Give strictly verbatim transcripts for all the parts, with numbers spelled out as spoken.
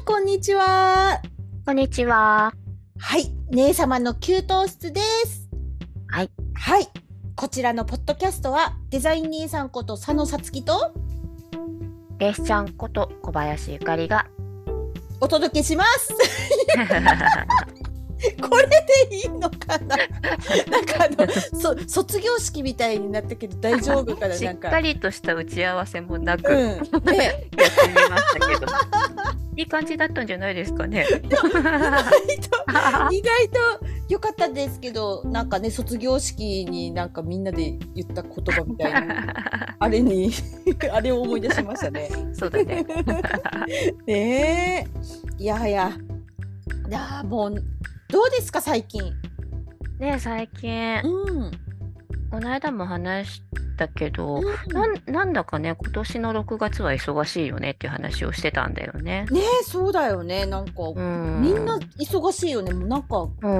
い、こんにちは。 こんにちは。 はい、姉様の給湯室です。 はい。 はい。こちらのポッドキャストは、デザイン兄さんこと佐野さつきと、 レースちゃんこと小林ゆかりがお届けします。これでいいのかな。なんかあのそ卒業式みたいになったけど大丈夫かな。 しなんかっかりとした打ち合わせもなく、 うん、ね、 やってみましたけどいい感じだったんじゃないですかね。 意外と意外と良かったですけど、なんかね、卒業式になんかみんなで言った言葉みたいなあれにあれを思い出しましたね。 そうだね。 ねえ、いやいやいや、もうどうですか最近。 ね、最近、 うん、 この間も話したけど、 うん、 なんなんだかね、今年のろくがつは忙しいよねっていう話をしてたんだよね。 ねえ、そうだよね。なんか、 うん、 みんな忙しいよね。もうなんか、 うん、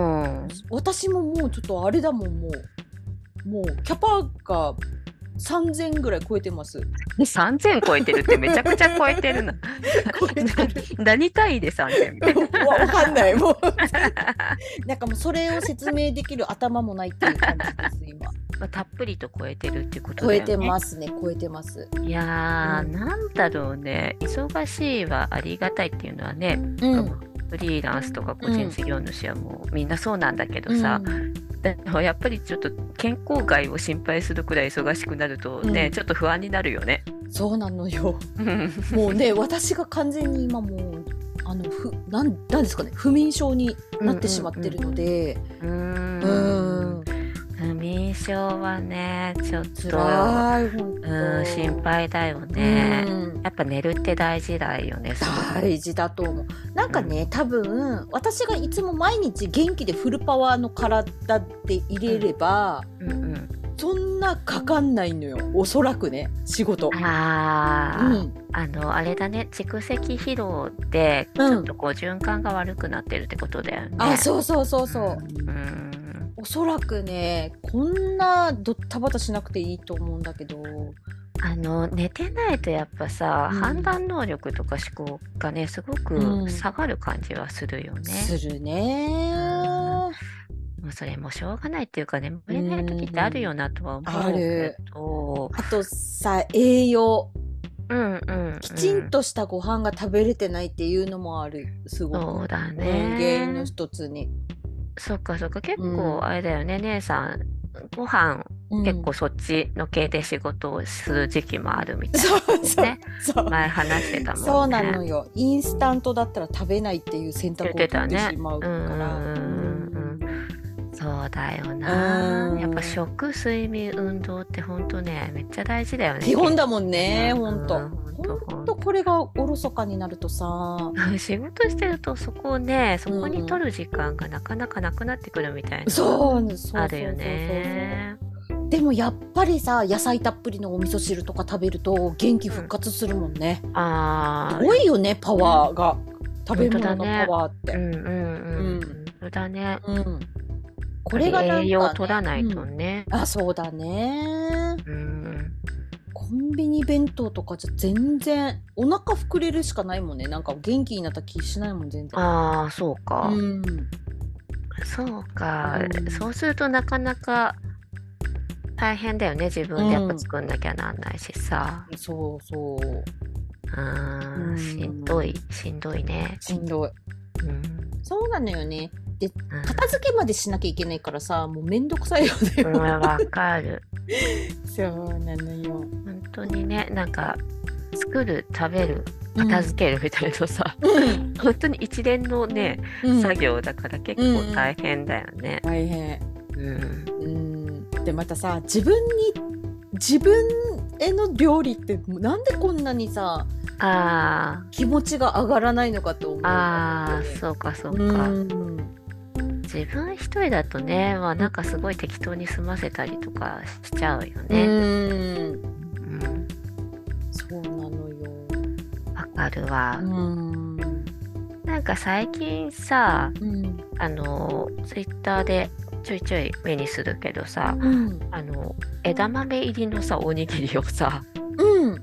私ももうちょっとあれだもん、もうもうキャパがさんぜんぐらい超えてます。 さんぜん超えてるってめちゃくちゃ超えてるな。 超えてる何単位でさんぜんみたいな。 わかんないもうなんかもうそれを説明できる頭もないっていう感じです今。 まあ、たっぷりと超えてるってこと超だよね。 えてますね、超えてます。 いやー、 うん、 なんだろうね、忙しいはありがたいっていうのはね、 うん、 フリーランスとか個人事業主はもうみんなそうなんだけどさ、 うん、 でもやっぱりちょっと健康害を心配するくらい忙しくなるとね、 うんちょっと不安になるよね。 そうなのよ。もうね、私が完全に今もうあのふなんなんですかね、不眠症になってしまってるので、 うーんうーん、 不眠症はね、ちょっと辛い、ほんと。 うん心配だよね。 うんやっぱ寝るって大事だよね。すごく大事だと思う。なんかね、多分私がいつも毎日元気でフルパワーの体で入れれば、 うんうんそんなかかんないのよ、おそらくね、仕事。 あー、 うん、 あのあれだね、蓄積疲労でちうんょっとこう循環が悪くなってるってことだよね。 あ、そうそうそうそう。 うんおそらくね、こんなドッタバタしなくていいと思うんだけど。 あの寝てないとやっぱさ、 うん判断能力とか思考がねすごうくん下がる感じはするよね。 するね。 もうそれもしょうがないっていうか、眠れない時ってあるよなとは思あうける。 ど、 あとさ、栄養。 うんうんうん、 きちんとしたご飯が食べれてないっていうのもある。すごく。 そうだうん、 ね、 原因の一つに。 そっかそっか、結うん構あれだよね、姉さんご飯うん結構そっちの系で仕事をする時期もあるみたいそうなそうね。 そう。 前話してたもんね。 そうなのよ。インスタントだったら食べないっていう選択を取ってしまうから。 うんうんうんうんそうだよな。 うんやっぱ食、睡眠、運動って本当ね、めっちゃ大事だよね。 基本だもんね、ほんと。 うんほんとほんとこれがおろそかになるとさ。 仕事してるとそこをね、そこに取る時間がなかなかなくなってくるみたいなそうそうそうあるよね。 でもやっぱりさ、野菜たっぷりのお味噌汁とか食べると元気復活するもんね。 ああ、 すごいよね、パワーが。食べ物の本当だねパワーって。 うんうんうん。 うん本当だね。 うん。これがなんか、ね、 栄養取らないとうんね。 あ、そうだね。 うん。 コンビニ弁当とかじゃ全然お腹膨れるしかないもんね。なんか元気になった気しないもん全然。 ああ、そうか。 うん。 そうか、 うんそうするとなかなか大変だよね。自分でやっぱ作んなきゃなんないしさ。 そうそう。 あーうんしんどい、しんどいね。 しんどい。 うん、 そうなのよね。で、 うん片付けまでしなきゃいけないからさ、もうめんどくさいよね。 うんわかる。 そうなのよ。 本当にね、なんか作る、食べる、 うん片付けるみたいなさ、 うん本当に一連のね、 うん作業だから結構大変だよね。 大変。 うん。 うん。でまたさ、自分に自分への料理ってなんでこんなにさあ気持ちが上がらないのかって思うあ、 んだああ、 よね。 そうかそううか。 ん。 自分一人だとね、まあなんかすごい適当に済ませたりとかしちゃうようね。 ん。 うん。 そうなのよ。 わかるわ。 うん。 なんか最近さ、 うん。 あの、ツイッターでちょいちょい目にするけどさ、 うん。 あの、枝豆入りのさ、おにぎりをさ、 うん。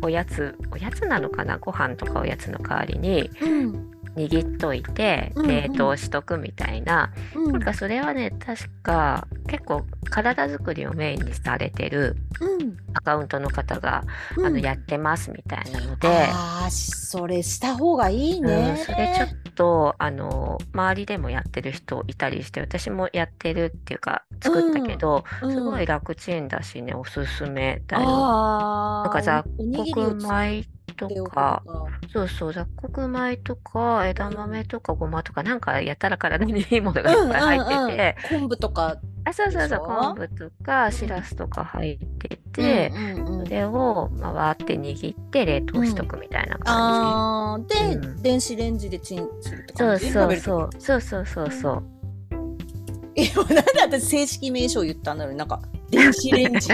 おやつおやつなのかな、ご飯とかおやつの代わりにうん握っといてうんうん冷凍しとくみたいな、 うんなんかそれはね確か結構体作りをメインにされてるうんアカウントの方が、 うんあのやってますみたいなので、 ああ、それした方がいいうん、 ね。 それちょっとあの周りでもやってる人いたりして、私もやってるっていうか作ったけど、 うんすごいうん楽ちんだしね、おすすめだよ。なんああ、 か雑お、おにぎり穀を作っ米とておくとか、 か。 そうそう、雑穀米とか枝豆とかごまとか、なんかやたら体にいいものがいっうんぱい入ってうんうん。 て、 昆布とかあ、そうでしそうそう、昆ょ？ 布とかしうんらすとか入ってうんて、 うんうん。 それを回って握って冷凍しとくみたいな感じ。 ああ、で、 うん電子レンジでチンするって感じ？ そうそ食べるとうそう、そうそうそうそう。 き。え、なんで私正式名称言ったんだろう。なんか、電子レンジ。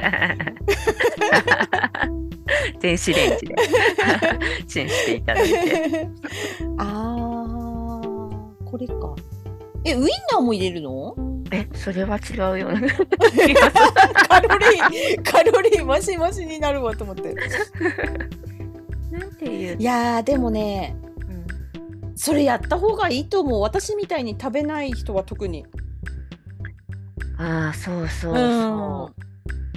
電子レンジでチンしていただいて。 ああ、これか。え、ウインナーも入れるの？ え、それは違うような気がする。 カロリー、カロリーマシマシになるわと思って。 なんていう。 いやー、でもね、 うんそれやった方がいいと思う。私みたいに食べない人は特に。 ああ、そうそうそう。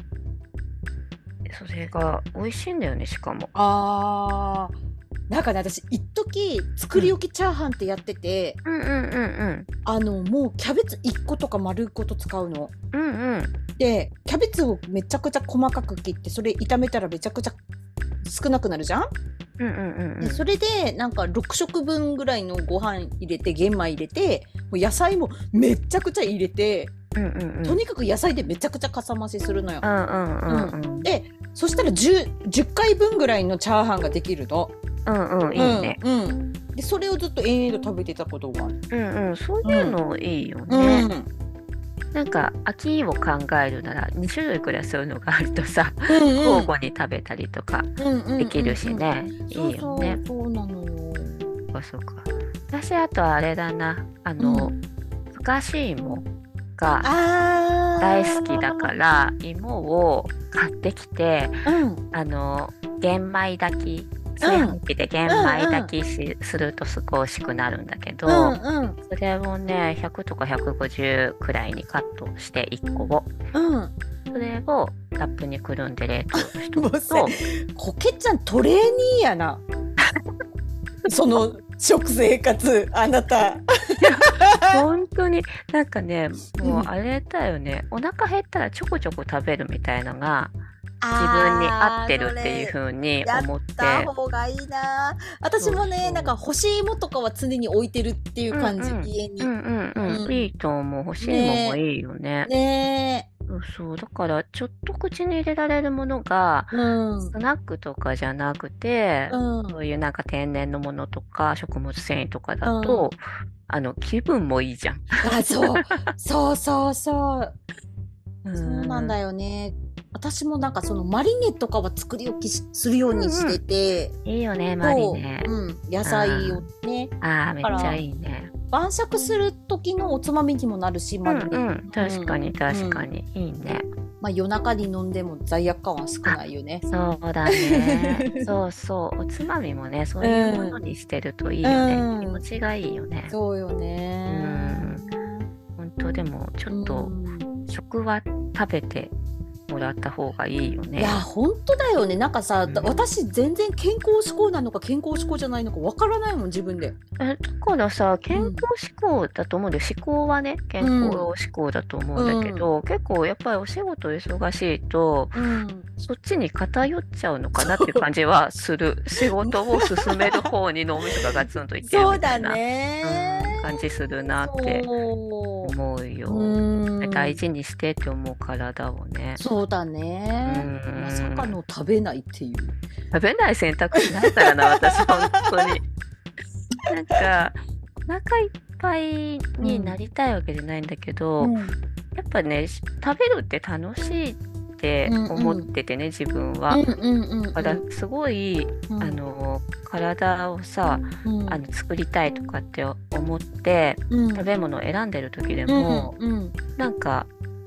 それが美味しいんだよね、しかも。 あー。なんかね、私、一時作り置きチャーハンってやってて、 うんうんうんあの、もうキャベツいっことか丸ごと使うの。 うん。うんうん。 で、キャベツをめちゃくちゃ細かく切って、それ炒めたらめちゃくちゃ少なくなるじゃん？ うんうんうんうん。 でそれでなんかろく食分ぐらいのご飯入れて玄米入れてもう野菜もめちゃくちゃ入れて、 うんうんうん。 とにかく野菜でめちゃくちゃかさ増しするのよ。 うんうんうんうん。 でそしたら 10, 10回分ぐらいのチャーハンができるの。 うんうん、いいね。 うんうん、でそれをずっと延々と食べてたことがある。 うんうん、そういうのいいようね。 んなんか秋を考えるならに種類くらいそういうのがあるとさ、 うんうん交互に食べたりとかできるしね、いいよね。 そうそうそうなのよ。 そうかそうか。私あとあれだな、あの、 うんふかし芋があー大好きだから芋を買ってきて、 うんあの玄米炊き、炊飯器で玄米炊きし、するとすごい美味しくなるんだけど、 うんうんそれをねひゃくとかひゃくごじゅうくらいにカットしていっこを、 うんそれをラップにくるんで冷凍しともうくせと、 こけちゃんトレーニーやな。その食生活あなた。 本当になんかね、もうあれだよね、お腹減ったらちょこちょこ食べるみたいのが自分に合ってるっていう風に思ってやった方がいいな。私もね、 そうそうなんか干し芋とかは常に置いてるっていう感じ、 うんうん家に。 うんうんうん、 うんいいと思う。欲しいもんもいいよね。 ねそうそう、だからちょっと口に入れられるものがえ。うん。 スナックとかじゃなくて、 うんそういうなんか天然のものとか食物繊維とかだと、あの気分もいいじゃん。 あ、そう。そうそうそう。 うんそうなんだよね。私もなんかそのマリネとかは作り置きしするようにしてて、 いいよね、マリネ。 そううん、野菜をね、 ああ、めっだからちゃいいね。 晩酌する時のおつまみにもなるし、マリネ。 うんうん、確かに確かうんに、いいね。 まあ夜中に飲んでも罪悪感は少ないよね。 そうだね。そうそう、おつまみもね、そういうものにしてるといいよね。 うん気持ちがいいよね。 そうよね。 本当でもちょっとうん食は食べてもらった方がいいよね。 いや本当だよね。なんかさ、 うん私全然健康志向なのか健康志向じゃないのかわからないもん自分で。 えだからさ、健康志向だと思うんだよ。志向はね、健康志向だと思うんだけど、結構やっぱりお仕事忙しいと、 うん。 そっちに偏っちゃうのかなっていう感じはする。仕事を進める方に脳みそがガツンといってるそうだみたいな、 ね。 うん感じするなってそう思うよ。 うん大事にしてって思う体をね。 そうだね。 うんまさかの食べないっていう。 食べない選択肢ないからな、私、本当に。なんか、お腹いっぱいになりたいわけじゃないんだけど、 うんやっぱね、し食べるって楽しいって思っててね、自分は。 うんうんうんうん。 だから、すごい、 うんあの、体をさ、 うんあの作りたいとかって思って、 うん食べ物を選んでる時でうんも、 うんなんか、美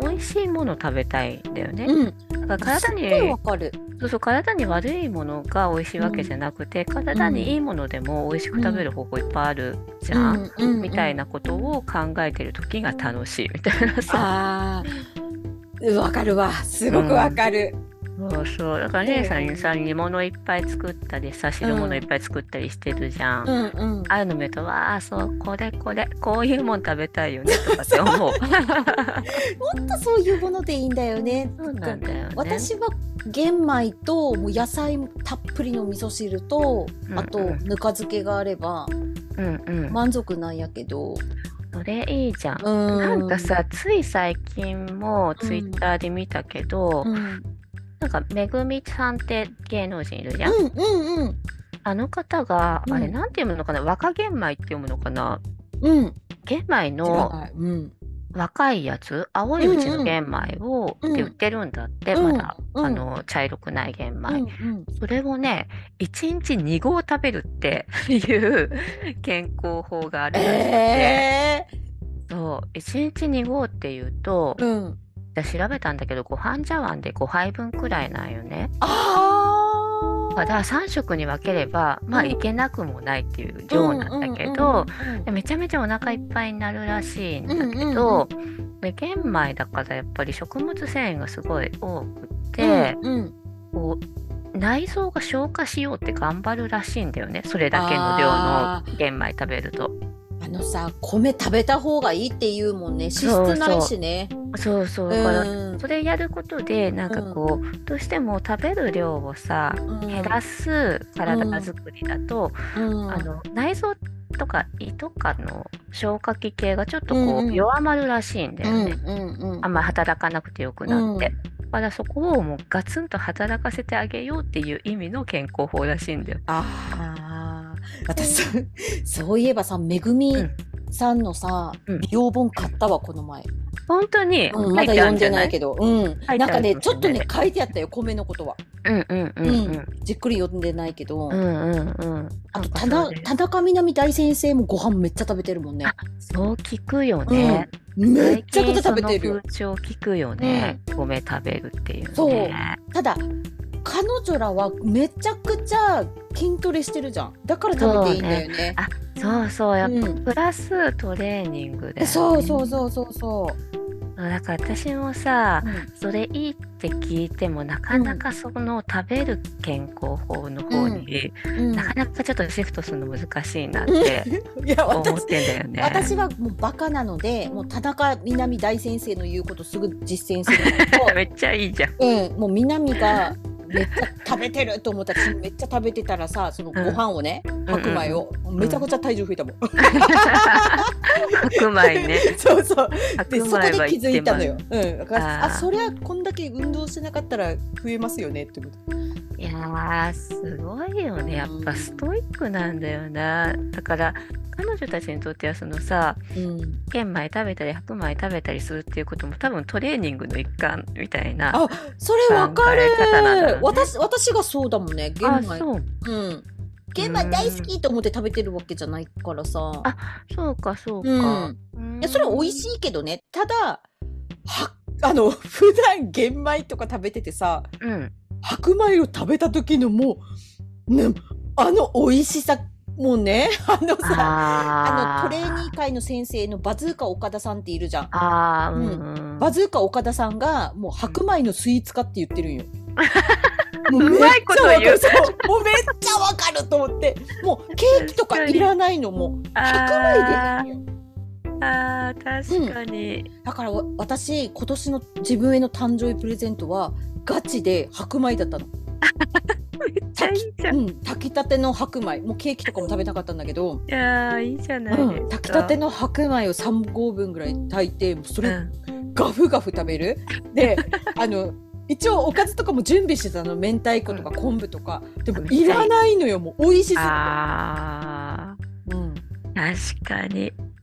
美味しいもの食べたいんだよね。 うん。 だから体すっごいに、 わかる。 そうそう、体に悪いものが美味しいわけじゃなくて、体にいいものでも美味しく食べる方法いっぱいあるじゃん、 うんうんみたいなことを考えてる時が楽しいみたいなさ。 ああ、わかるわ。すごくわかる。 そうそう。だから姉さんにさ、煮物いっぱい作ったりさ、汁物いっぱい作ったりしてるじゃん。 うんうん。 ああいうの見ると、わあ、そう、これこれ、こういうもん食べたいよねとかって思う。 もっとそういうものでいいんだよね。 そうなんだよね。 私は玄米ともう野菜たっぷりの味噌汁と、 うんあとぬか漬けがあればうんうん。 満足なんやけど、 それいいじゃん。 うんなんかさ、つい最近もツイッターで見たけど、 うんなんかめぐみさんって芸能人いるじゃん。 うんうんうんあの方が、 うんあれなんて読むのかな、若玄米って読むのかな。 うん。 玄米知らのない。うん若いやつ、青いうちの玄米を、 うんで売ってるんだって、 うんまだ、 うんあの茶色くない玄米。 うんうん。 それをね、いちにちに合食べるっていう健康法があるらしくて、 ええそう、いちにちに合っていうと、 ー。うん。 私調べたんだけど、ご飯茶碗でごはいぶんくらいなんよね。 ああ。 だからさん食に分ければ、まあうんいけなくもないっていう量なんだけど、 うんうんうんめちゃめちゃお腹いっぱいになるらしいんだけど、で玄米だからやっぱり食物繊維がすごい多くて、 うんうんこう内臓が消化しようって頑張るらしいんだよね。それだけの量あの玄米食べると。 あのさ、米食べた方がいいって言うもんね。脂質ないしね。 そうそう。だから、 うんそれやることで、なんかこう、どうしても食べる量をさ、 うん減らす体作りだと、 うんあの内臓とか胃とかの消化器系がちょっとこう、 うんうん弱まるらしいんだよね。 うんうんうんあんま働かなくてよくなって。だからそこをもうガツンと働かせてあげようっていう意味の健康法らしいんだよ。 ああ、私そそういえばさ、めぐみさんのさ、 うん美容本買ったわこの前。 本当に、 うん、まだ読んでないけど。 ど、うん、 書いてあるなんかねかもしれないちょっとね書いてあったよ、米のことは。 うんうんうんうん。 じっくり読んでないけど、 うんうんうん。 あとなんかそうです田田中みな実大先生もご飯めっちゃ食べてるもんね。 そう聞くよね。 めっちゃくちゃ食べてるよ。 最近その風潮聞くよね。米食べるっていうね。 そうただ彼女らはめちゃくちゃ筋トレしてるじゃん。だから食べていいんだよね。 あ、そうそう、やっぱうんプラストレーニングだよね。 そうそうそうそうそう。 だから私もさ、 うんそれいいって聞いてもなかなかその食べる健康法の方に、 うんなかなかちょっとシフトするの難しいなっていや思っ私てんだよね。 私はもうバカなので、もう田中みな実大先生の言うことすぐ実践するのとめっちゃいいじゃん。 うん、もうみなみがめっちゃ食べてると思ったらめっちゃ食べてたらさ、そのご飯をね、 ん白米を、めちゃくちゃ体重増えたもん。 白米ね。 そうそう。で白米そこでは気づいたのよ。 言ってうん。だからああーそりゃこんだけ運動しなかったら増えますよねって思って。 ます。いやーすごいよね。やっぱストイックなんだよな。だから彼女たちにとってはそのさ、 うん。 玄米食べたり白米食べたりするっていうことも多分トレーニングの一環みたいな。 あ、それわかる考え方なんだろうね。 私私がそうだもんね。玄あ、 米。 そう。 うん。玄米大好きと思って食べてるわけじゃないからさ。 あ、そうかそううんか。 いやそれは美味しいけどね。ただはあの普段玄米とか食べててさ、 うん。 白米を食べた時のもう、ね、あの美味しさもうね、あのさ、ああのトレーニー界の先生のバズーカ岡田さんっているじゃん。 ああ、ううんん。 バズーカ岡田さんがもう白米のスイーツ化って言ってるんよ。もううまいこと言うめっちゃわかる。そうもうめっちゃわかると思って、もうケーキとかいらないのもう白米でいいんよ。 ああ、確かに。 だからわ私今年の自分への誕生日プレゼントはガチで白米だったの。 めっちゃいいじゃ。 うんん、炊きたての白米、もうケーキとかも食べなかったんだけど、 いやー、いいじゃないですか。 うん、炊きたての白米をさん合分ぐらい炊いて、もうそれうんガフガフ食べる。で、あの一応おかずとかも準備してたの、明太子とか昆布とか、でもいらないのよ、もう美味しすぎて。 あうん、 あ、確かに。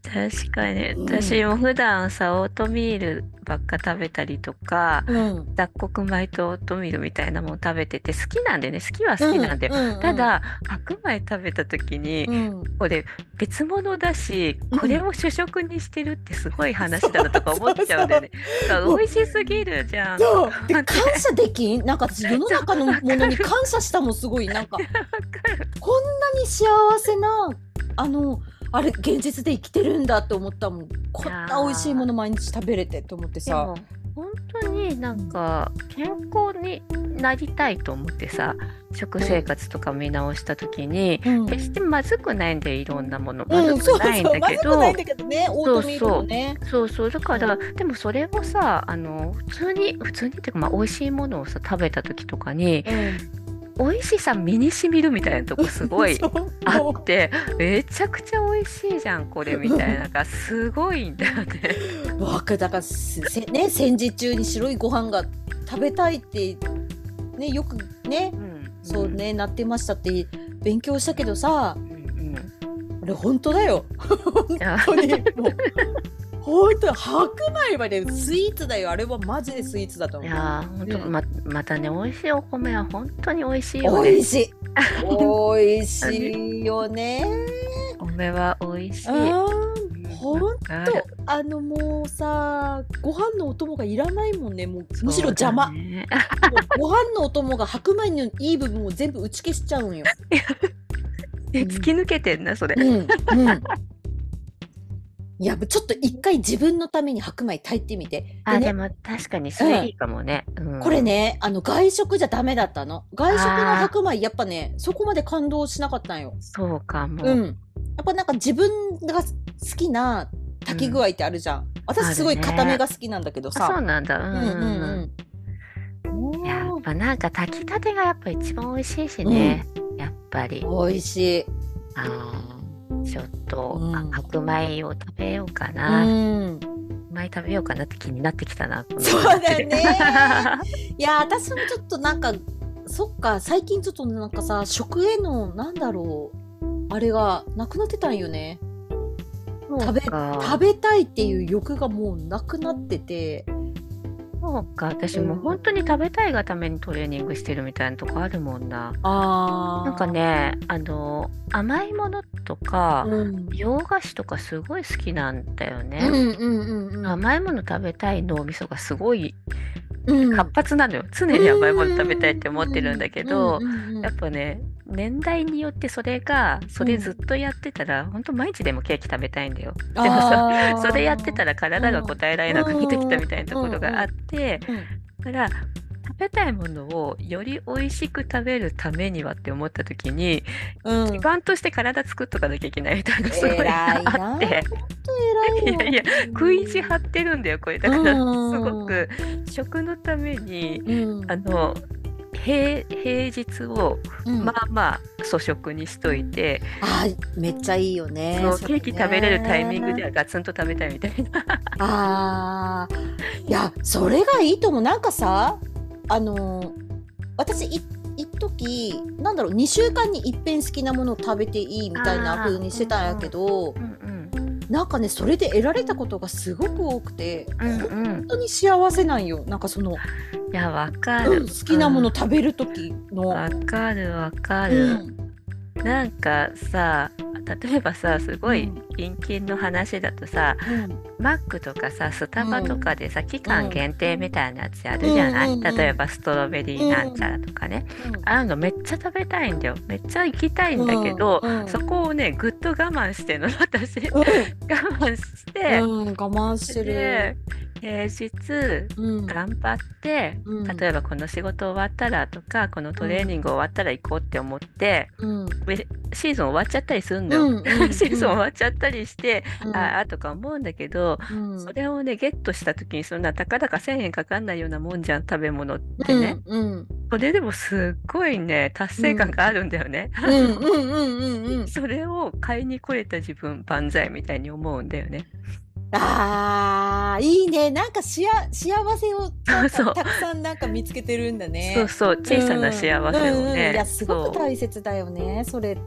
確かに。 うん。 私も普段さ、オートミールばっか食べたりとか、 うん。 雑穀米とオートミールみたいなもの食べてて好きなんでね、好きは好きうん。 なんだよ。 うん。うん。 ただ、白米食べた時に、 うん。 これ別物だし、これうん。 を主食にしてるってすごいそ話だなとうか思っそうそう。 ちゃうんだよね。だからもう、 美味しすぎるじゃんとかそう。で、 思って。 感謝できんなんか私、世のそう、 中のわものにかる。 感謝したもすごい、なんか、 いや、わかる。 こんなに幸せな、あの、あれ、現実で生きてるんだって思ったもん。 いこんな美味しいもやー、 の毎日食べれてって思ってさ。 でも、本当になんうん。 か健康になりたいと思ってさ、食生うん。 活とか見直した時に、 うん。 決してまずくないんで、いろんなもの。まずうん、 くそうそう。 ないんだまずくないんけど、 だけどね、オーそうトミールもそね。 う。そうそう。だから、 うん。 でもそれをさ、あの、普通に、普通にっていうか、まあ、美味しいものをさ、食べた時とかに、 うん。 美味しさ身に染みるみたいなとこすごいそう、 あっもて、めちゃくちゃ美味しいじゃん、これ、みたいな、なんかすごいんだよね。 う、わかだからすせね、戦時中に白いご飯が食べたいってね、よくね、 うん、うん、 そうね、なってましたって勉強したけどさ、 うん、うん。 あれ本当だよ。本いや、 当にもう、本当白米はね、スイーツだよ。あれはマジでスイーツだとい思やー、ほんう。うと、 ん。 ま、またね、美味しいお米は本当に美味しいよね。 美味しい。美味本当に、 しいよね。 お米は美味しい。 ああ、 うん、わほんと、 かる。 あのもうさ、ご飯のお供がいらないもんね。もう、むしろそうだ邪魔。 ね。 もうご飯のお供が白米のいい部分を全部打ち消しちゃうんよ。 え、 うん。 突き抜けてんな、それ。 うん。うん。いや、ちょっと一回自分のために白米炊いてみて。であ、でね、 も確かにそれいいうん。 かもね。うん。 これね、あの、外食じゃダメだったの。外食のああ、 白米、やっぱね、そこまで感動しなかったんよ。 そうかも。 うん。やっぱなんか自分が好きなうん。 炊き具合ってあるじゃん。私あるすごい固めね。 が好きなんだけどあ、そさ。 うなんだ。ううんうんんうんうん。 うん。 やっもぱなんか炊きたてがやっぱ一番美味しいしう、うん。 ね。やっぱり。 美味しい。 ああ、ちょっと、あ、 うん。 白米を食べようかうな。 ん。 白米食べようかなって気になってきたな、このそうだ話で。 ね。いや、私もちょっとなんか、そっか、最近ちょっとなんかさ、食への、なんだろう、あれがなくなってたんよね。 そう食べ、食か。 べたいっていう欲がもうなくなってて。 そうか。私もう本うん。 当に食べたいがためにトレーニングしてるみたいなとこあるもんな。なんかああ、 ね、あの、甘いものとか、 うん。 洋菓子とかすごい好きなんだよね。 うんうんうんうん。 甘いもの食べたい脳みそがすごいうん。 活発なのよ。常うに甘いもの食べたいっーん。 て思ってるんだけうんど、 うんうん。 やっぱね、年代によってそれが、それずっうん。 とやってたら、ほんと毎日でもケーキ食べたいんだよ。でもさ、そあれやってたあ、 らうん。 体が答えられなくなってきうん。 たみたいなところがあっうんうん。 て、 うん。 だから、食べたいものをより美味しく食べるためにはって思った時に、 うん。 基盤として体作っとかなきゃいけないみたいなすごい偉いあっな。ほんて、 と偉いよ。 いやいや、食い意地張うん。 ってるんだよ、これ。だうから、すごん。 く食のために、 うん。 あの、平、平日をうん。 まあまあ粗食にしといて、 あー、めっちゃいいよね。 そう、 それケーキ食べれるタイミングでね。 はガツンと食べたいみたいな。 ああ、いや、それがいいと思う。なんかさ、あのー私、い、一時、なんだろう、にしゅうかんに一遍好きなものを食べていいみたいな風ああ、 にしてたんやうんうん。 けど、 うんなんかね、それで得られたことがすごく多くて、 うん。うん本うん。 当に幸せなんよ。なんかその、 いや、わかうん、 る。 好きなものうん。 食べる時の、 わかるわかうる。 ん、 なんかさ、例えばさ、すごいうん、 キンキンの話だとさ、 うん、 マックとかさ、スタバとうん、 かでさ、期うん、 間限定みたいなやつあうん、 るじゃない？ うん、 例えばストロベリーなんちゃうん、 らとかね。 うん、 ああいうのめっちゃ食べたいんだよ。めっちゃ行きたいんだけうん、 ど、 うん、 そこをね、ぐっと我慢してんの、私。 うん、 我慢して、 うん、我慢してる。 で、平日うん、 頑張って、 うん、 例えばこの仕事終わったらとか、このトレーニンうん、 グ終わったら行こうって思って、 うん、 でシーズン終わっちゃったりするんだよ。 うん、うん、 シーズン終うん、 わっちゃったりして、 うん、 ああとか思うんだけど、 うん、 それをね、ゲットした時にそんなたかだかせんえんかかんないようなもんじゃん、食べ物ってね。 うん、うん、 それでもすっごいね、達うん、 成感があるんだよね。 うん、うん、うん、うん、うん。 それを買いに来れた自分、万歳みたいに思うんだよね。 あー、いいね。なんかしあ幸せをなんかそう。 たくさんなんか見つけてるんだね。 そうそう、 うん。 小さな幸せをうんうん。いや、 ね。 すごくそう。 大切だよね、それって。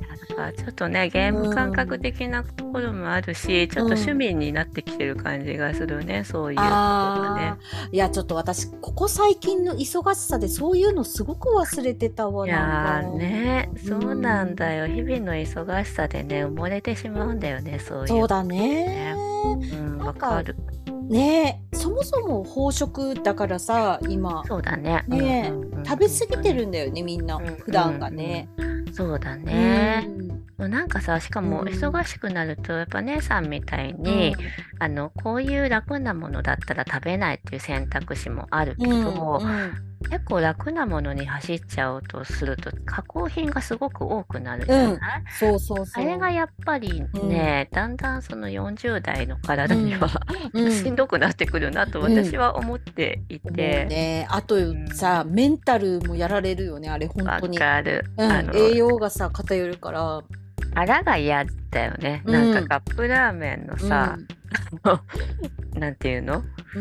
だからちょっとね、ゲーム感覚うん。 的なところもあるし、ちょっと趣うん。 味になってきてる感じがするね、そういうことがね。 ああ、いや、ちょっと私、ここ最近の忙しさでそういうのすごく忘れてたわ、 いなんか。 やーね、 うそうなんだん。 よ。日々の忙しさでね、埋もれてしまうんだよね、そういうこそうだとってね。 ね。 うん、 なんか、 わかる。 ねえ、そもそも飽食だからさ、今。 そうだね。うんうねえ、 んうん、 食べ過ぎて本当に。 るんだよね、みんな、 うんう普段がね。 んうん。そうだうね。 ん。 なんかさ、しかうも忙ん。 しくなると、やっぱ姉さんみたいに、 うん。 あの、こういう楽なものだったら食べないっていう選択肢もあるうん。 けど、 うん。 結構楽なものに走っちゃおうとすると、加工品がすごく多くなるじゃうん。 ない？ そうそうあれがそやっぱりう。うん。 ね、だんだんそのよんじゅう代の体にはうん。うしんん。 どくなってくるなとうん。 私は思っていもうて、 ね、あとうん、 さ、メンタルもやられるよね、あれ、本わ当に。 かる。 うん。 あの、 栄養がさ、偏るから。 腹が嫌だよね。 うなんかん。 カップラーメンのさ、 うん。 なんていうの、 うん。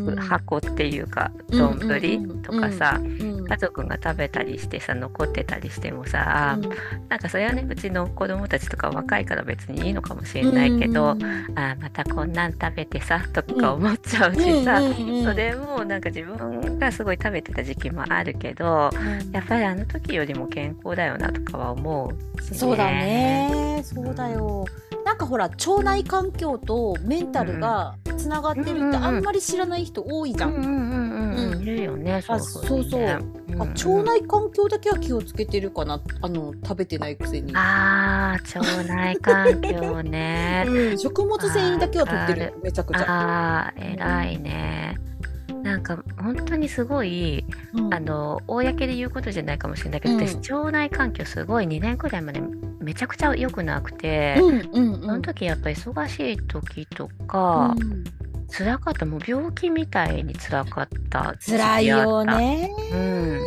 箱っていうか、 うん丼うんうん。 とうん。 かさ、 うん。 家族が食べたりしてさ、残ってたりしてもさ、あーうん。 なんかそれはね、うちの子供たちとか若いから別にいいのかもしれうないけど、あん。 ーまたこんなん食べてさ、とうん。 か思っちゃううんしさ、 うんうん。 それもなんか自分がすごい食べてた時期もあるけど、 うん。 やっぱりあの時よりも健康だよなとかは思うしそうだね。 ね。 うそうだん。 よ。なんかほら、腸内環境とメンタルうんうん。 がつながっうんてるってうんうん。 あんまり知らない人多いじゃん。 うんうんうんうんうん。いうん。 るよね、そあ、 ういう風にね。 そうそう。 うんあ、 うん。 腸内環境だけは気をつけてるかな。あの、食べてないくせに。 ああ、腸内環境ね。 うん、食物繊維わだけは取ってる。 かる。 めちゃくちゃ。 ああ、 うん。 偉いね。なんか本当にすごい、 うん。 あの、公で言うことじゃないかもしれないけど、私、 うん。 腸内環境すごいにねんくらいまでめちゃくちゃ良くなくて、 うんうんそのうん。 時やっぱり忙しい時とか、 うん。 辛かった、もう病気みたいに辛かった時辛い期あった。 よね。 うん、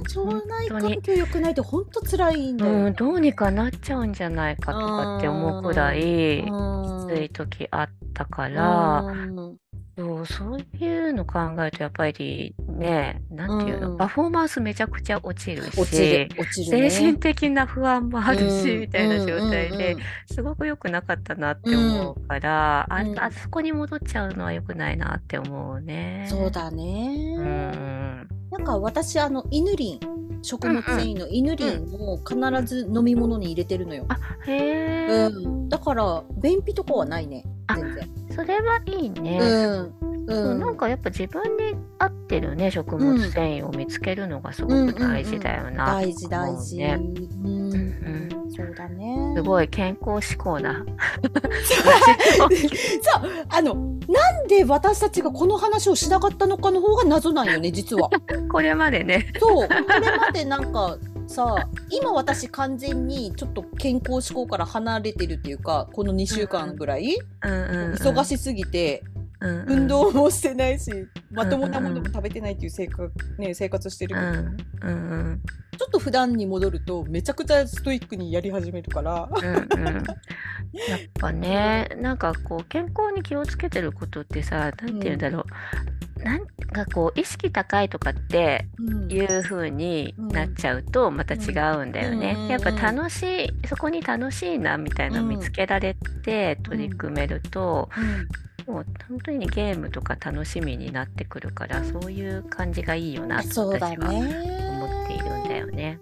本腸内当に。 環境良くないとほんと辛いんだよね。 うん、どうにかなっちゃうんじゃないかうとかって思うくらーん。 いきつうーん。 い時あったかうら、 ーん。 そう、そういうの考えるとやっぱりね、なうんていうの、パん。 フォーマンスめちゃくちゃ落ちる落ちるし、 落ちる精神ね。 的な不安もあうるし、みん、うんたいな状態で、 うんうん。 すごく良くなかったなっうて思うん、 から、あ、あうん。 そこに戻っちゃうのは良くないなって思うね。 そうだうね。 ん。 なんか私、あの、イヌリン、食うん物繊維のイヌうん。うん。 リンを必うん。 ず飲み物に入れてるのよ。 あ、へうえ。 ん。だから、便秘とかはないね、 あ、 全然。 それはいいね、すごく。 うん、 そう、 うん、 なんかやっぱ自分に合ってるね、食物うん、 繊維を見つけるのがすごうんく大事うんうん。 だよなと大事か大事。 思うね。 ううんうん、 ん。 そうだすごね。 い健康志向なそ話をう、 聞あの、なんで私たちがこの話をしなかったのかの方が謎なんよね、実は。 これまでね。 そう、これまでなんかさ、今私完全にちょっと健康志向から離れてるっていうか、このうんにしゅうかんぐらい、 うん。うんもううんうん。 忙しすぎて、 うん運うん。 動もしてないし、まうんともなものもうん。 食べてないっていう生活、ね、生活してるけど、 うんうんうん。 ちょっと普段に戻るとめちゃくちゃストイックにやり始めるから。 うんうん。やっぱね、なんかこう健康に気をつけてることってさ、なうんて言うんだん、 ろう。なんかこう意識高いとかってうん、 いう風にうん、 なっちゃうとまた違うん、 うんだうん、 よね。やっぱうん、 楽しい、そこに楽しいなみたいなの見つうん、 けられて取りうん、 組めると、 うん。 もう本当にゲームとか楽しみになってくるから、そういう感じがいいよなとそうだ私は思っているんだね。 よね。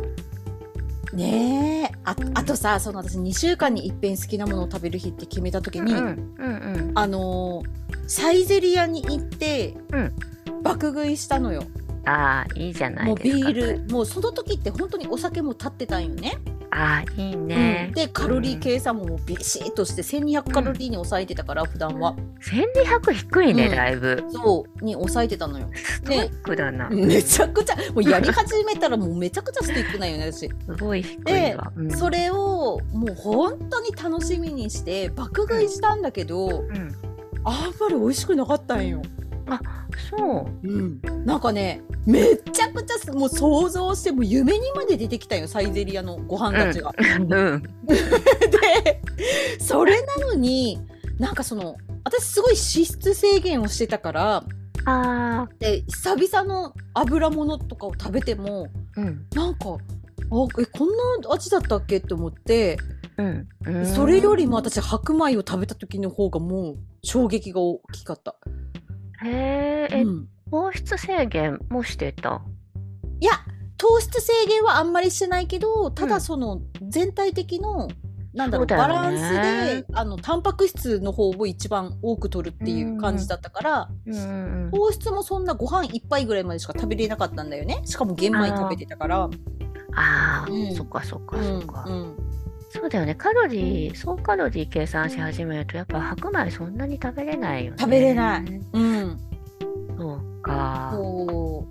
ねえ。あ、 うん。 あとさ、その私にしゅうかんに一遍好きなものを食べる日って決めた時うんうに、 んうんうん。 あのーサイゼリヤに行ってうん。 爆食いしたのよ。 ああ、いいじゃなもういですか、 ビール、 それ。 もうその時って本当にお酒も立ってたんよね。 ああ、いいうん。 ね。 で、カロリーうん。 計算ももうビシッとしてせんにひゃくうん。 カロリーに抑えてたから、普段は。 せんにひゃく低いね、 うん。 だいぶ。 そう、に抑えてたのよ。で、 ストイックだな。うめちゃん。 くちゃ、もうやり始めたらもうめちゃくちゃストイックなんよね、私。 すごい低いで、 わ。うん。 それをもう本当に楽しみにして爆うん。 食いしたんだけど、 うん。 あんまり美味しくなかったんよ。 あ、そう。 うん。なんかね、めちゃくちゃすもう想像してもう夢にまで出てきたよ、サイゼリヤのご飯うん。 たちが。 うん。 で、それなのに、なんかその、 私すごい脂質制限をしてたから、 あで久々の油物とかを食べても、 ー、うん、 なんか、あ、え、こんな味だったっけって思って、 うん、うーそれよりもん。 私白米を食べた時の方がもう衝撃が大きかった。 へえ、え、 うん。 糖質制限もしてた？ いや、糖質制限はあんまりしてないけど、たうん。 だその全体的の、なんだろう、 そうだよバランスね。 で、あの、タンパク質の方を一番多く取るっうていう感ん、うん、 じだったから、 うん、うん。 糖質もそんなご飯一杯ぐらいまでしか食べれなかったんだよね。しかも玄米食べあてたから。 あ、ああ、そっうん。 かそっかそっうん。 か。 うん。 そうだよね。カロリー、総カロリー計算し始めると、やっぱ白米そんなに食べれないよ食べれない。 ね。 うん。 そうか。 そう。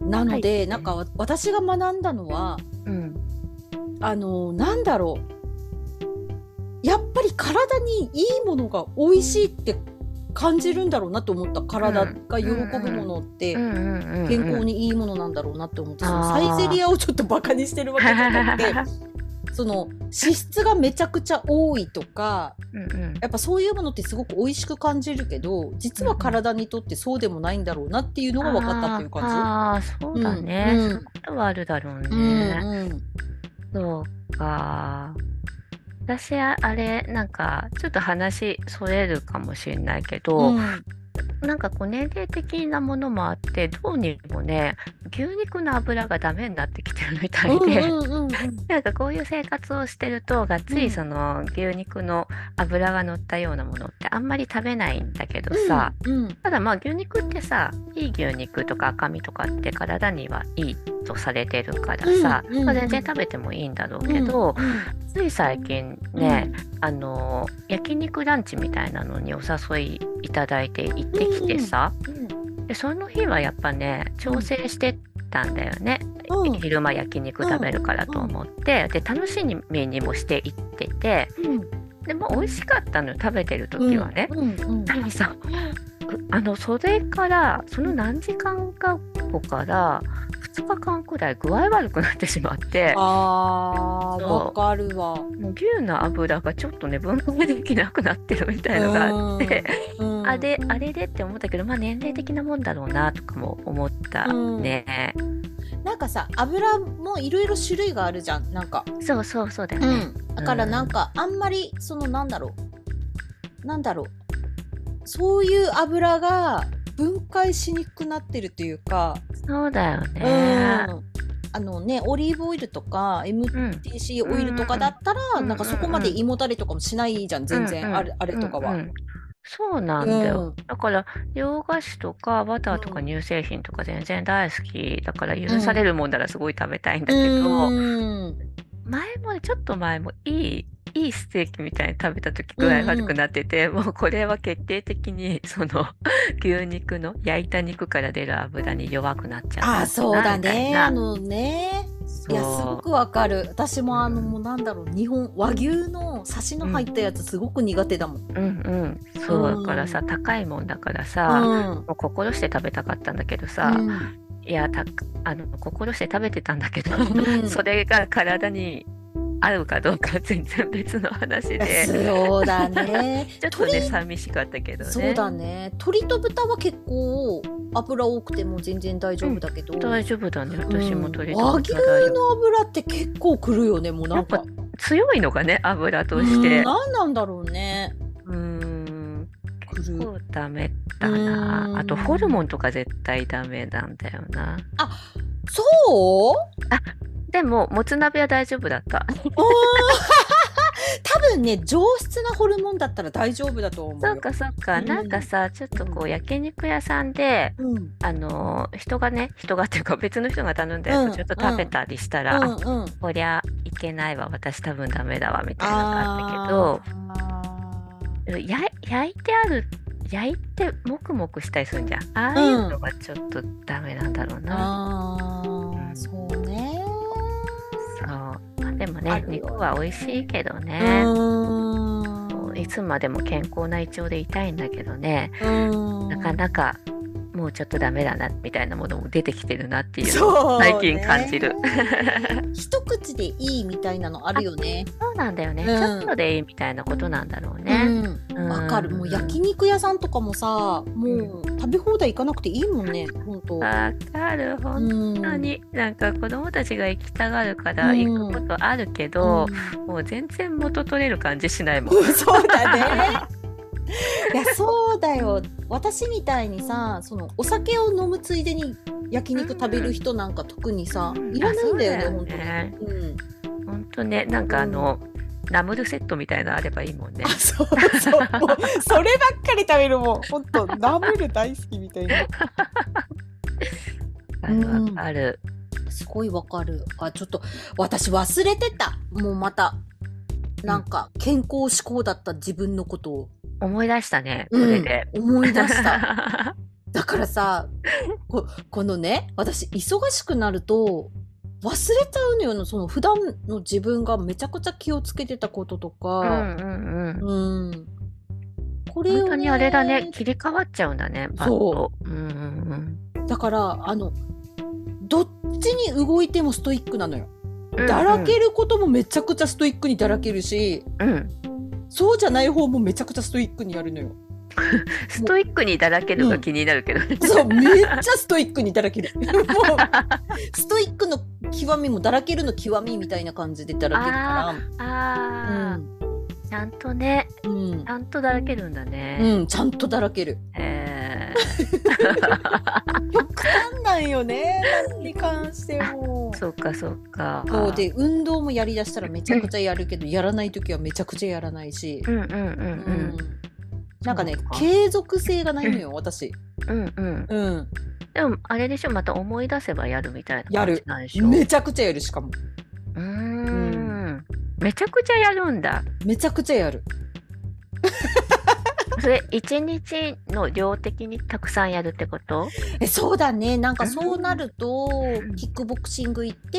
なのはい。 で、なんかわ私が学んだのは、 うん。 あの、なんだろう。やっぱり体にいいものが美味しいって感じるんだろうなと思った。体うん。 が喜うんぶもうん。 のってうんうんうんうん。 健康にいいものなんだろうなって思って、そのサイゼあリアをちょっとバカにしてるわけじゃなくて、 あ。 その脂質がめちゃくちゃ多いとか、 うんうん。 やっぱそういうものってすごく美味しく感じるけど、実はうんうん。 体にとってそうでもないんだろうなっていうのが分かったっていうああ、 感じ。 ああ、そううだん、 ね。そういううん、 ことはあるだろううね。 ん、うん、 そうか。私はあれ、なんか、ちょっと話それるかもしれないけど、 うん、 なんかこう年齢的なものもあって、どうにもね、牛肉の脂がダメになってきてるみたうん、 いで、 うん、うん、うん、 なんかこういう生活をしてると、がっつりその牛肉の脂が乗ったようなものってあんまり食べないんだけどうん、 さ、 うん、 ただまあ牛肉ってさ、いい牛肉とか赤身とかって体にはいいとされてるからうん、 さ、 うん、 まあ、全然食べてもいいんだろううん、 けど、 うん、 つい最近うん、 ね、あの焼肉ランチみたいなのにお誘いいただいて行ってきてうん、 さ、でその日はやっぱね調整してたんだよね。 うん、 昼間焼肉食べるからと思って、で楽しみにもして行ってて、 うん、 でも美味しかったのよ、食べてるうん、 時はね。 うん、うん。 でもさ、あのそれからその何時間か後からふつかかんくらい具合悪くなってしまって、 あー、わそかるわ。 う、もう牛の脂がちょっとね分解できなくなってるみたういのがあって、 ーん、うん、 あれあれでって思ったけど、まあ年齢的なもんだろうなとかも思ったうん。 ね。 なんかさ、油もいろいろ種類があるじゃん。なんか。 そうそうそうだよね。 うん。だうからなんん。 か、あんまり、そのなんだろう。なんだろう。そういう油が分解しにくくなってるというか、 そうだようね。 ん。あのね、オリーブオイルとかうん。 エムティーシーうんオイルとかだうんったら、 うん。 なんかそこまうんうんで胃もたれとかもしないじゃん、 うん。 全然。あれ、 うんあれうん。 とかは。 うんうん。そうなうんだよ。 ん。 だから洋菓子とかバターとかうん。 乳製品とか全然大好きだからうん。 許されるもんならすごい食べたいんうだけど、 ーん。 前もね、ちょっと前もいい、いいステーキみたいに食べた時う具合んうん。 悪くなってて、もうこれは決定的にその牛肉の焼いた肉から出る油に弱くなっちゃっああ、 たんだそうな、みたいだね。あな。 のね。いや、すごそくわかる。私う。うもあの、もん。 うなんだろう、日本、和牛のサシの入っうん。 たやつすごく苦手だもん。 うんうん。 うそうだからさ、 ん。 高いもんだからうさ、 ん。 もう心して食べたかったんだけどうさ、 ん。 いや、た、あの、心して食べてたんだけど、 うん。 それが体に合うかどうかは全然別の話で、 そうだね。 ちょっと鶏、 ね、寂しかったけどそうね。 だね。鶏と豚は結構油多くても全然大丈夫うん、 だけど、 大丈夫だね。 う私もん。 鶏と和牛豚大丈夫。 の油って結構くるよね、もうなやっぱんか。 強いのかね、油うん、 として。 なんなんだろうね。 うーん、 くる。 結構ダメうだな。あと、ホルーん。 モンとか絶対ダメなんだよな。 あ、そう？ あ、でも、もつ鍋は大丈夫だった。 うーん。多分ね、上質なホルモンだったら大丈夫だと思うよ。 そうか、そうか。なんかうん。 さ、ちょっとこう、 うん。 焼肉屋さんで、 うん。 あのー人がね、人がっていうか別の人が頼んだうん。 やつちょっと食うん。 べたりしたら、あ、 うん。うん。 こりゃいけないわ、私多分ダメだわ、みたいなのがあったけあど、や、焼いてある、焼いてもくもくしたりするんじゃん。ああ。 あいううん。 のがちょっとダメなんだろうな。うああ、 ん、 そうね。 そう。まあでもね、 あるよ肉は美味しいね。 けどうね。そういーん。 つまでも健康な胃腸でいたいんだけどね。 うーなかん。 なかもうちょっとダメだなみたいなものも出てきてるなっていうのそうねを最近感じる。 一口でいいみたいなのあるよね。 そうなんだよね、 うんちょっとでいいみたいなことなんだろううね。 ん、わかる。もう焼肉屋さんとかもさ、もう食べ放題行かなくていいもんね、ほんと。 わかる、本うん当に。なんか子供たちが行きたがるからうん行くことあるけど、 うんもう全然元取れる感じしないもん。 そうだね。いやそうだよ。私みたいにさ、そのお酒を飲むついでに焼肉食べる人なんか特にさ、 うんいらないんだよね、 あそうだよ本ね当に。うん。 本当ね、なんかあの、ナムルセットみたいなのあればいいもんねあ、。そうそう。もうそればっかり食べるもん。本当ナムル大好きみたいな。 あるわかる。 すごいわかる。あ、ちょっと私忘れてた。もうまたなんか健康志向だった自分のことを。 思い出したね、こうんれで。 思い出した。だからさ、こ、このね、私忙しくなると忘れちゃうのよ。その普段の自分がめちゃくちゃ気をつけてたこととうんか。 うんうん。 うん。これをね、 本当にあれだね、切り替わっちゃうんだね、パッそと。うんうんだからあのどっちに動いてもストイックなのよ。 うん。 だらけることもめちゃくちゃストイックにだらけるし、 うん。 そうじゃない方もめちゃくちゃストイックにやるのよ。 ストイックにだらけるが気になるけどね。 そう、めっちゃストイックにだらける。もうストイックの極みもだらけるの極みみたいな感じでだらけるかあら。 あ、ちゃんとね、 うん。うんちゃんとだらけるんだね。 うん、ちゃんとだらける。 え極端なんよね、何に関してもー、。そうかそうか。 そうで、運動もやりだしたらめちゃくちゃやるけど、やらないときはめちゃくちゃやらないし。 うんうんうんうんなんかねそうか継続性がないのよ、私。 うん。うんうん。 うん。 でもあれでしょ、また思い出せばやるみたいなやる感じなんでしょ。 めちゃくちゃやる、しかも。 うーん。めちゃくちゃやるんだ。 めちゃくちゃやる。 それ一日の量的にたくさんやるってこと？ え、そうだね。なんかそうなると、 んキックボクシング行って、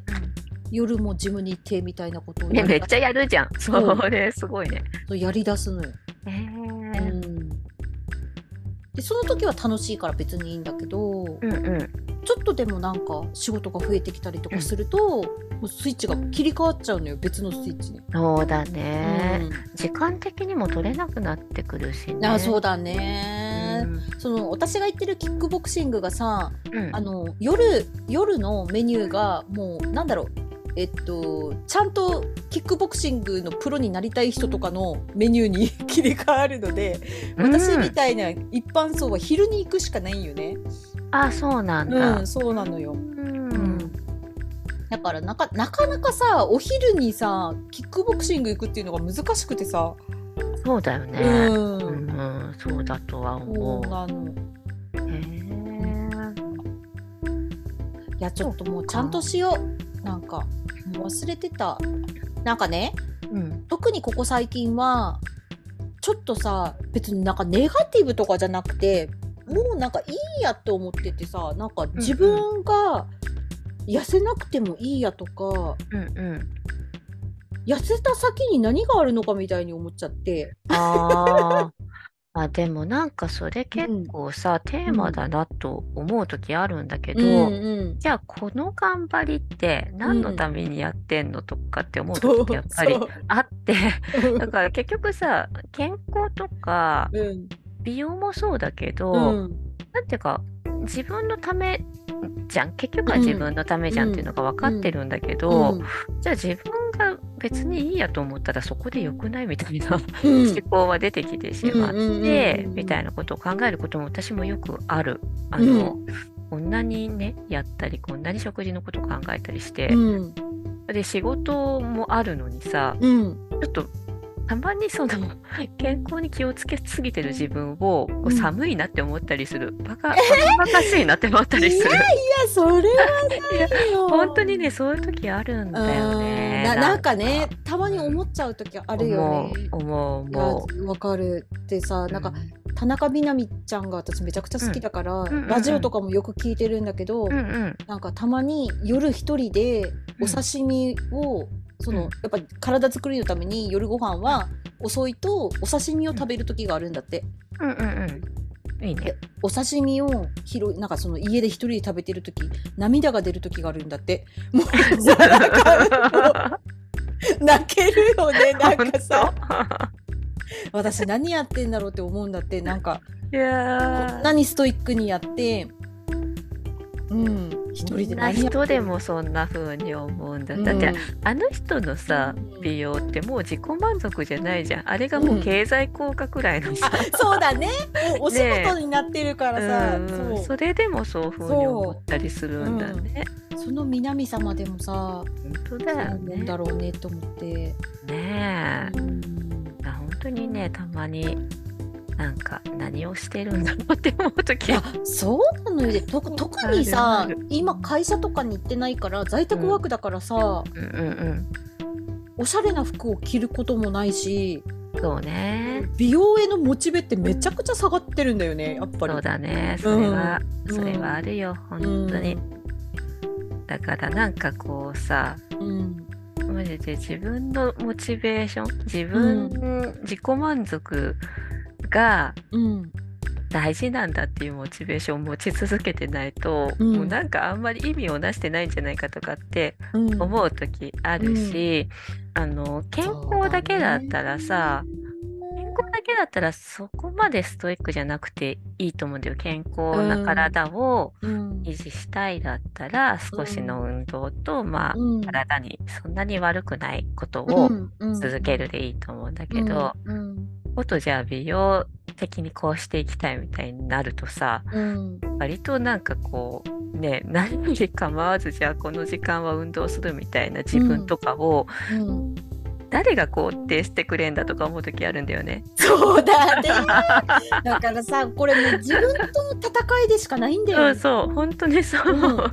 夜もジムに行ってみたいなことをね、 やりだめっちゃやるじゃん。 そうそれすごいね。 そうやりだすのよ。 えうー、 ん。で、その時は楽しいから別にいいんだけど、 うんうん。 ちょっとでもなんか仕事が増えてきたりとかすると、もうスイッチが切り替わっちゃうのよ、別のスイッチに。 そうだね、 うん時間的にも取れなくなってくるしね。 あ、そうだうね。 んその私が言ってるキックボクシングがさ、 うんあの夜夜のメニューがもうなんだろう、えっとちゃんとキックボクシングのプロになりたい人とかのメニューに切り替わるので、私みたいな一般層は昼に行くしかないよね。 あ、そうなんだ。 うん、そうなのよ。 うんだからなかなかなかさ、お昼にさキックボクシング行くっていうのが難しくてさ、 そうだよね。 うん、 うんうん、そうだとはそう思う。 なの。 へーいやちょっともうちゃんとしよう。なんかもう忘れてた。なんかね、 うん特にここ最近はちょっとさ、別になんかネガティブとかじゃなくて、もうなんかいいやって思っててさ、なんか自分が痩せなくてもいいやとか、 うんうん。 痩せた先に何があるのかみたいに思っちゃって。 あーあ、でもなんかそれ結構さ、テーマだなと思う時あるんだけど、 うんうん、 じゃあこの頑張りって何のためにやってんのとかって思う時やっぱりそうあってだから結局さ、健康とかうん美容もそうだけど、 うんなんていうか自分のためじゃん、結局は自分のためじゃんっていうのが分かってるんだけど、 うんじゃあ自分が別にいいやと思ったらそこでよくないみたいなうん思考は出てきてしまっうんうんうんて、 うんみたいなことを考えることも私もよくある。あの、こんなにねやったり、こんなに食事のこと考えたりして、 うんで仕事もあるのにさ、 うんちょっとたまにその健康に気をつけすぎてる自分をこううん寒いなって思ったりする。バカバカバカしいなって思ったりする。 いやいや、それはないよ。 本当にね、そういう時あるんだよね。 うんななんかね、たまに思っちゃう時あるよね。 思う、 いや思う。 わかるってさ、なんか田中みな実ちゃんが私めちゃくちゃ好きだから、 うんうんうんうんラジオとかもよく聞いてるんだけど、 うんうん。 なんかたまに夜一人でお刺身を、そのうんやっぱり体作りのために夜ご飯は遅いとお刺身を食べる時があるんだって。 うんうんうん。 いいね。 でお刺身を広いなんかその家で一人で食べてる時涙が出る時があるんだって。もうさなんか泣けるよねなんかさ私何やってんだろうって思うんだって。なんかいやこんなにストイックにやってうん一人でそんな何や人でもそんな風に思うんだ。だって、 うんあの人のさ、美容ってもう自己満足じゃないじゃん。あれがもう経済効果くらいのさ。 あそうだねもうお仕事になってるからさ、 うんうんそうそれでもそういう風に思ったりするんだね。 その南様でもさ本当だよそう思うんね。 だろうねと思ってねえ。 うんあ本当にね、たまになんか何をしてるんだろうって思う時いやそうなのよ。と特にさ今会社とかに行ってないから在宅ワークだからさ、 うんうんうんおしゃれな服を着ることもないし、 そうね。 美容へのモチベってめちゃくちゃ下がってるんだよねやっぱり。 そうだね。それは、 うんそれはあるよ、本当に。だからなんかこうさ、 うんマジで自分のモチベーション、自分、自己満足がうん大事なんだっていうモチベーションを持ち続けてないと、 うんもうなんかあんまり意味をなしてないんじゃないかとかってうん思う時あるし、あの健康だけだったらさ、健康だけだったらそこまでストイックじゃなくていいと思うんだよ。健康な体をうん維持したいだったら少しの運動と、まあうん体にそんなに悪くないことを続けるでいいと思うんだけど、 うんことじゃあ美容的にこうしていきたいみたいになるとさ、 うん割となんかこうね、何に構わずじゃあこの時間は運動するみたいな自分とかを、 うん誰が肯定してくれんだとか思う時あるんだよね。 そうだねだからさこれもう自分との戦いでしかないんだよね。 そうそう本当にそう、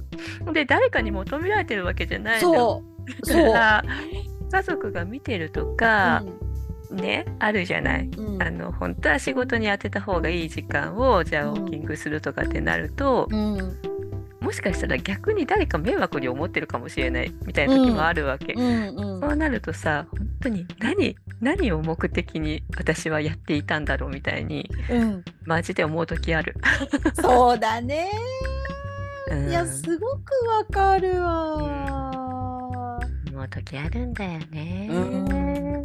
うん、で誰かに求められてるわけじゃないの。 そうだから家族が見てるとか、 うんねあるじゃない、 うん、 あの本当は仕事に当てた方がいい時間をじゃあウォーキングするとかってなると、 うん、 もしかしたら逆に誰か迷惑に思ってるかもしれないみたいな時もあるわけ、 うんうん、 そうなるとさ本当に何何を目的に私はやっていたんだろうみたいに、 うん、 マジで思う時あるそうだね、 うん、 いやすごくわかるわ、うん、 思う時あるんだよね、うん、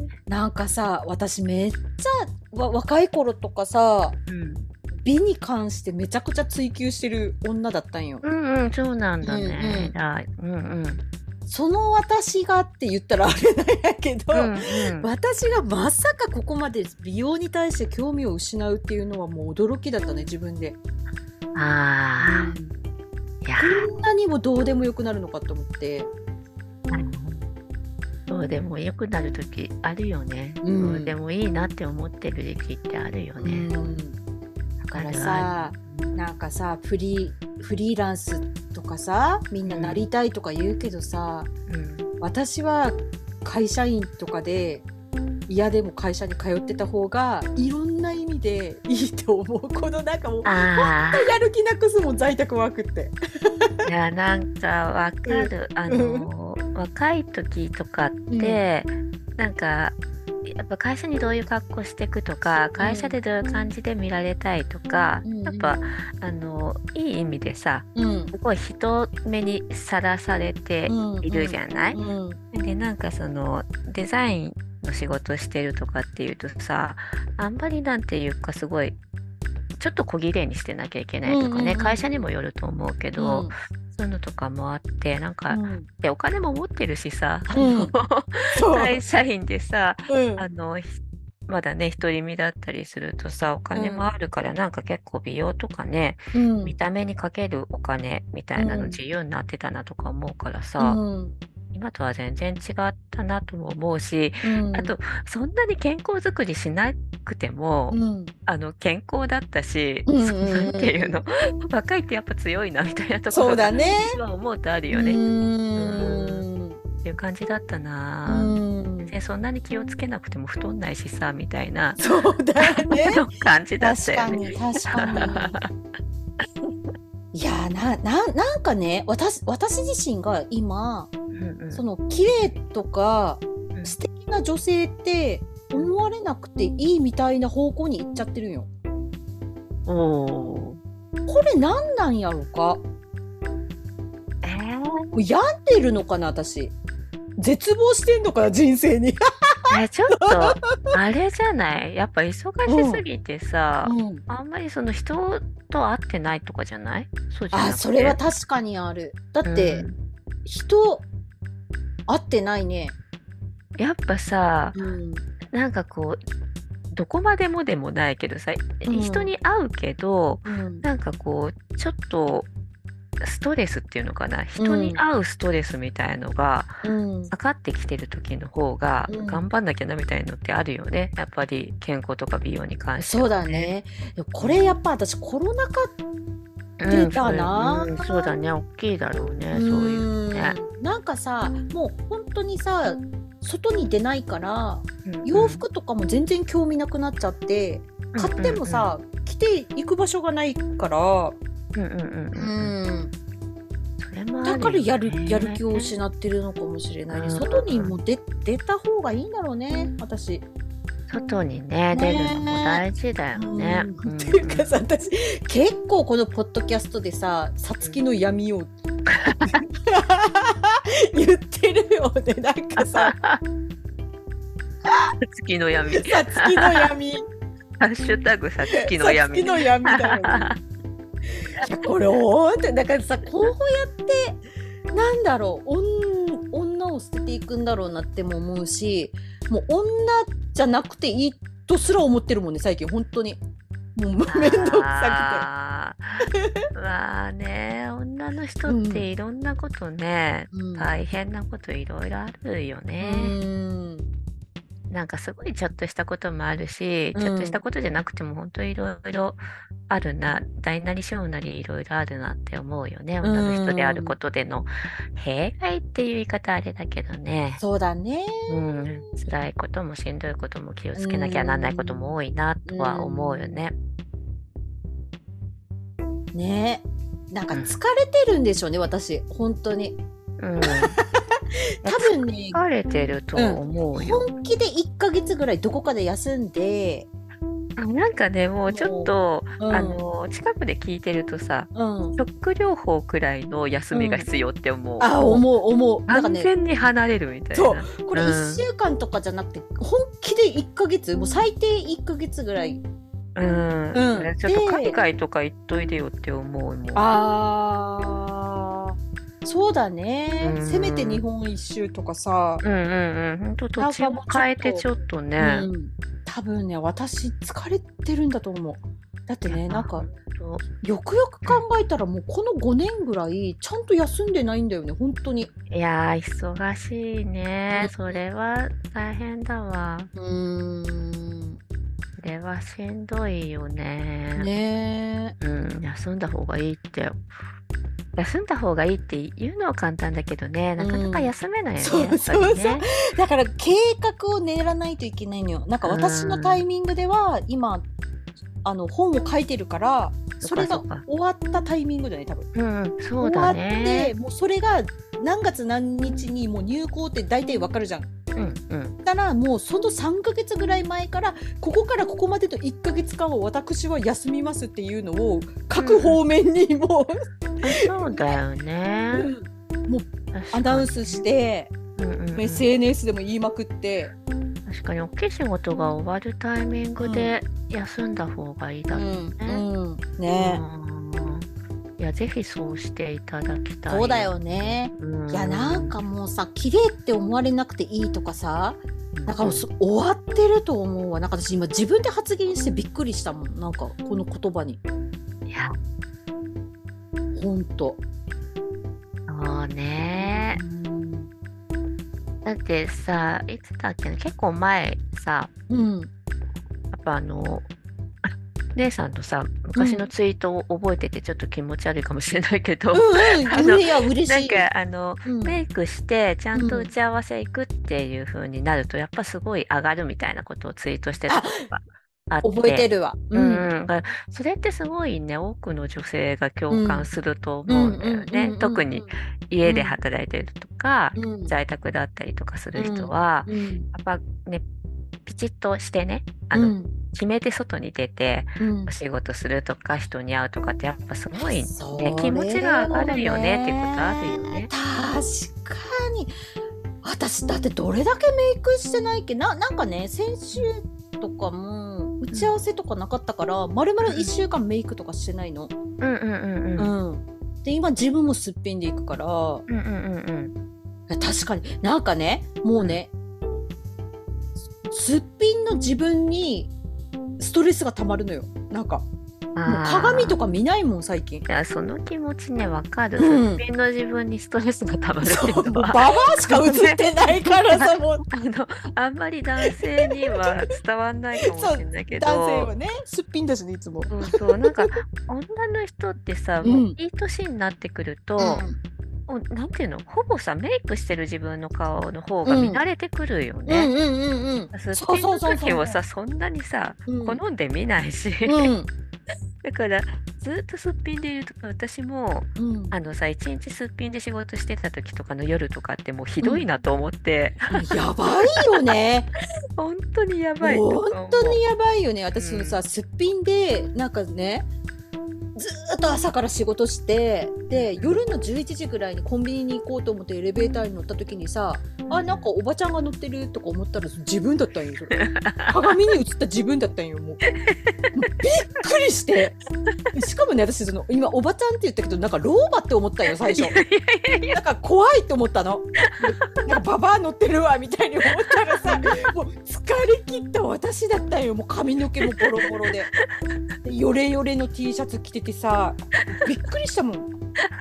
なんかさ私めっちゃわ若い頃とかさ、うん美に関してめちゃくちゃ追求してる女だったんよ。 うんうんそうなんだね。うんうん、うんうん、 その私がって言ったらあれなんやけど、うんうん、私がまさかここまで美容に対して興味を失うっていうのはもう驚きだったね自分で。 ああ、うん、 いやこんなにもどうでもよくなるのかと思って。 どうでもよくなる時あるよね、うん、どうでもいいなって思ってる時期ってあるよね。うんだからさなんかさフリー、フリーランスとかさみんななりたいとか言うけどさ、うん、私は会社員とかで嫌でも会社に通ってた方がいろんな意味でいいと思う。このなんかもうほんとやる気なくすもん在宅ワークっていやなんかわかる、うん、あの、うん、若い時とかって、うん、なんかやっぱ会社にどういう格好していくとか会社でどういう感じで見られたいとか、うん、やっぱあのいい意味でさ、うん、すごい人目にさらされているじゃない、うんうん、でなんかそのデザインの仕事してるとかっていうとさあんまりなんていうかすごいちょっと小綺麗にしてなきゃいけないとかね、うんうんうん、会社にもよると思うけど、うんそういうのとかもあってなんか、うん、でお金も持ってるしさ、うん、会社員でさ、うん、あのまだね独り身だったりするとさお金もあるから、うん、なんか結構美容とかね、うん、見た目にかけるお金みたいなの自由になってたなとか思うからさ、うん今とは全然違ったなとも思うし、うん、あとそんなに健康づくりしなくても、うん、あの健康だったし、うんうんうん、なんていうの若いってやっぱ強いなみたいなところそうだねが思うとあるよね。うーんっていう感じだったな。うんでそんなに気をつけなくても太んないしさみたいなそうだね感じだったよね。 確かに確かにいやなななんかね私私自身が今うんうん、その綺麗とか、うん、素敵な女性って思われなくていいみたいな方向に行っちゃってるよ。 おー。 これ何なんやろか。 えー、 もう病んでるのかな、私。絶望してんのかな、人生に。 え、ちょっと、あれじゃないやっぱ忙しすぎてさ、 うん。 あんまりその人と会ってないとかじゃない？そうじゃあ、 なくそれはて。 確かにある。だっうて、 ん。 人、会ってないね。 やっぱさ、 うん。 なんかこう、どこまでもでもないけどさ、 うん。 人に会うけど、 うん。 なんかこう、ちょっとストレスっていうのかな、 う人にん。 会うストレスみたいのがうん。 かかってきてる時の方がうん。 頑張んなきゃなみたいのってあるよね。やっぱり健康とか美容に関してそうはね。 だね。でもこうん、 れやっぱ私コロナ禍うん、そ出たれ、 な。 うん、そうだね。大きいだろううね。そういうのね。 ーん。なんかさ、もう本当にさ、外に出ないから、 うん、うん、 洋服とかも全然興味なくなっちゃって、 うん、 買ってうん、うん、 もさ、着て行く場所がないから、 うん、うん、うん、ううん。 ん。 それもあだからるよやる、やるね。 気を失ってるのかもしれうないね。外にもん。 出、出た方がいいんだろうね、私。 外にね、出るのもね大事だえ。 よね。 うん。っうん、 ていうかさ、 うん、 私、結構このポッドキャストでさ、さうん。 つきの闇を言ってるよね。なんかさ、 月の闇。 さつきの闇、 ハッシュタグさつきのさつ闇。 きの闇だよね。いや、これ、ほんと、だからさ、こうやって、なんだろう、女、女を捨てていくんだろうなっても思うし、もう女じゃなくていいとすら思ってるもんね、最近、本当に。もうめんどくさくて。 ああ、まあね、女の人っうん。 ていろんなことね、 うん。 大変なこといろいろあるようね。 ーん。 なんかすごいちょっとしたこともあるし、 うちょっとしたん。 ことじゃなくても本当いろいろあるな、大なり小なりいろいろあるなって思うよね。 う女の人であるこん。 とでの弊害っていう言い方あれだけどね。 そうだね。 うん、辛いこともしんどいことも気をうつけなきゃなんないこともん。 多いなうとは思うよん。 ね。 ね。なんかうん。 疲れてるんでしょうね、私。本当に。 うん。いや、 多分ね、 疲れてるとうん。 思うよ。 本気でいっかげつぐらいどこかで休んで、 あ、なんかね、もうちょっもと、 う、 あうん。 の、近くで聞いてるとさ、 うん。 ショック療法くらいの休みうん。 が必要って思う。 あ、 もう、 思う、思う。なんかね、 完全に離れるみたいそな。 う。これ1 うん。 週間とかじゃなくて、本気でいっかげつ、もう最低いっかげつぐらい。 うん。 うん。 ね、ちょっと海で、 外とか行っといでよって思うもん。 あー、そうだうね。せめて日ん。 本一周とかさ、 うんうんうん。ほんと土地もなんかもうちょっ変えてと、 ちょっとね。 うん。多分ね、私疲れてるんだと思う。だってね、 いや、 なんか、 ほんと。 よくよく考えたらもうこのごねんぐらい、ちゃんと休んでないんだよね、本当に。 いやー、忙しいね。 うそれは大変だわ。 ん。うーん。 それはしんどいよね。 ねえ。 うん、休んだ方がいいって。休んだ方がいいって言うのは簡単だけどね、なかなかうん。 休めないよね、 そうやっぱりそうそう。 ね。 だから計画を練らないといけないのよ。なんかう私のタイん。 ミングでは、今、あの、本を書いてるから、 そっそれがかそっか。 終わったタイミングだよね、多分。 うん、そうだ終わって、 ね。 もうそれが何月何日にもう入校って大体わかるじゃん。 うん、うん。 たらもうそのさんかげつぐらい前からここからここまでといっかげつかんを私は休みますっていうのを各うんうん。 方面にもあ、そうだよう、 ね。 うん、もうア確かにナウンスしね。 てうんうんうん。 エスエヌエス でも言いまくって、 確かに大きい仕事が終わるタイミングうん、 で休んだ方がいいだろうんうね。 うんうね、 ん。いや、ぜひそうしていただきたいよ。 そうだよね。 ういやなんん。 かもうさ綺麗って思われなくていいとかさ、なんかもうそうんうん。 終わってると思うわ。なんか私今自分で発言してびっくりしたもん。なんかこの言葉に。 いや、 ほんと。 そううね。 ん。 だってさ、いつだっけな、結構前さ、 うん。 やっぱあの、姉さんとさ、 うん。 昔のツイートを覚えててちょっと気持ち悪いかもしれないけうど、 んうん。 あの、 うれや、嬉なんかしい。 あの、 うん。 メイクしてちゃんと打うん。 ち合わせ行くっていう風になると、やっぱすごい上がるみたいなことをツイートしてたあ、 ことがあっ覚えてて、 るわ。ううん。 ん、だからそれってすごいね、多くの女性が共感うん。 するとうん思うんだうんうよね。 んうん特に家でうん。 働いてるとか、 うん。 在宅だったりとかする人うん。 は、 うん。 やっぱね、ピチッとしてね、あの、 うん。 決めて外に出てうんお仕事するとか人に会うとかってやっぱすごい、ね、 それ気持ちが上がるよねっていうことあるよね。 確かに。私だってどれだけメイクしてないっけな。なんかね、先週とかも打ち合わせとかなかったから、まるまるいっしゅうかんメイクとかしてないの。 うんうんうんうんうんで今自分もすっぴんでいくから、 うんうんうん確かになんかね、もうね、すっぴんの自分にストレスがたまるのよ。なんかうん。 もうあー鏡とか見ないもん最近。 いやその気持ちねわかる。 うんすっぴんの自分にストレスがたまるってそいううのはもうババアしか映ってないからさ、もうあのあんまり男性には伝わんないかもしれないけど、 男性はねすっぴんだしねいつも。 そうそうなんか女の人ってさ、 うんもういい年になってくると、もうなんていうの、ほぼさメイクしてる自分の顔の方が見慣れてくるようんうんね。 うんうんうん。 すっそうぴんのそうそうそう時はさそんなにさ、 うん好んで見ないし、 うんだからずっとすっぴんでいるとか私もうんあのさ一日すっぴんで仕事してた時とかの夜とかってもうひどいなと思って、 やばいよね。 本当にやばいと思う。 本当にやばいよね。私もさ、すっぴんでなんかね、ずーっと朝から仕事してで夜のじゅういちじぐらいにコンビニに行こうと思ってエレベーターに乗った時にさ、あなんかおばちゃんが乗ってるとか思ったら自分だったんよ。それ鏡に映った自分だったんよ。もうもうびっくりしてしかもね私その今おばちゃんって言ったけどなんか老婆って思ったんよ最初。なんか怖いと思ったの。なんかババア乗ってるわみたいに思ったらさもう疲れ切った私だったんよ。もう髪の毛もボロボロででヨレヨレの T シャツ着ててさびっくりしたもん。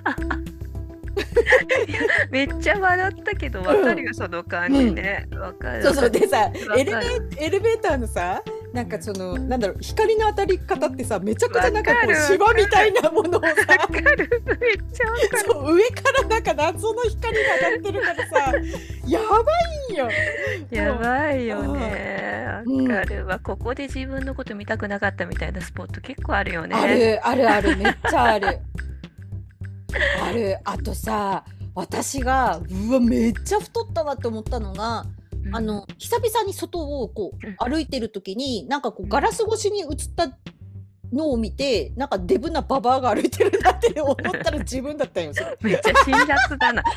めっちゃ笑ったけどわかるよ、その感じね。わかる。 そうそうでさかるエレベエレベーターのさなんかそのなんだろう光の当たり方ってさめちゃくちゃなんかこうわかるシワみたいなものをさわかる。めっちゃわかる。 そう上からなんか謎の光が当たってるからさやばいよ。 やばいよね。わうんかるわ。ここで自分のこと見たくなかったみたいなスポット結構あるよね。 あるあるあるめっちゃある。あるあとさ私がうわめっちゃ太ったなって思ったのが、 うんあの久々に外をこうんう歩いてる時になんかこうガラス越しに映ったのを見てなんかデブなババアが歩いてるなって思ったら自分だったんよ。それめっちゃ辛辣だな。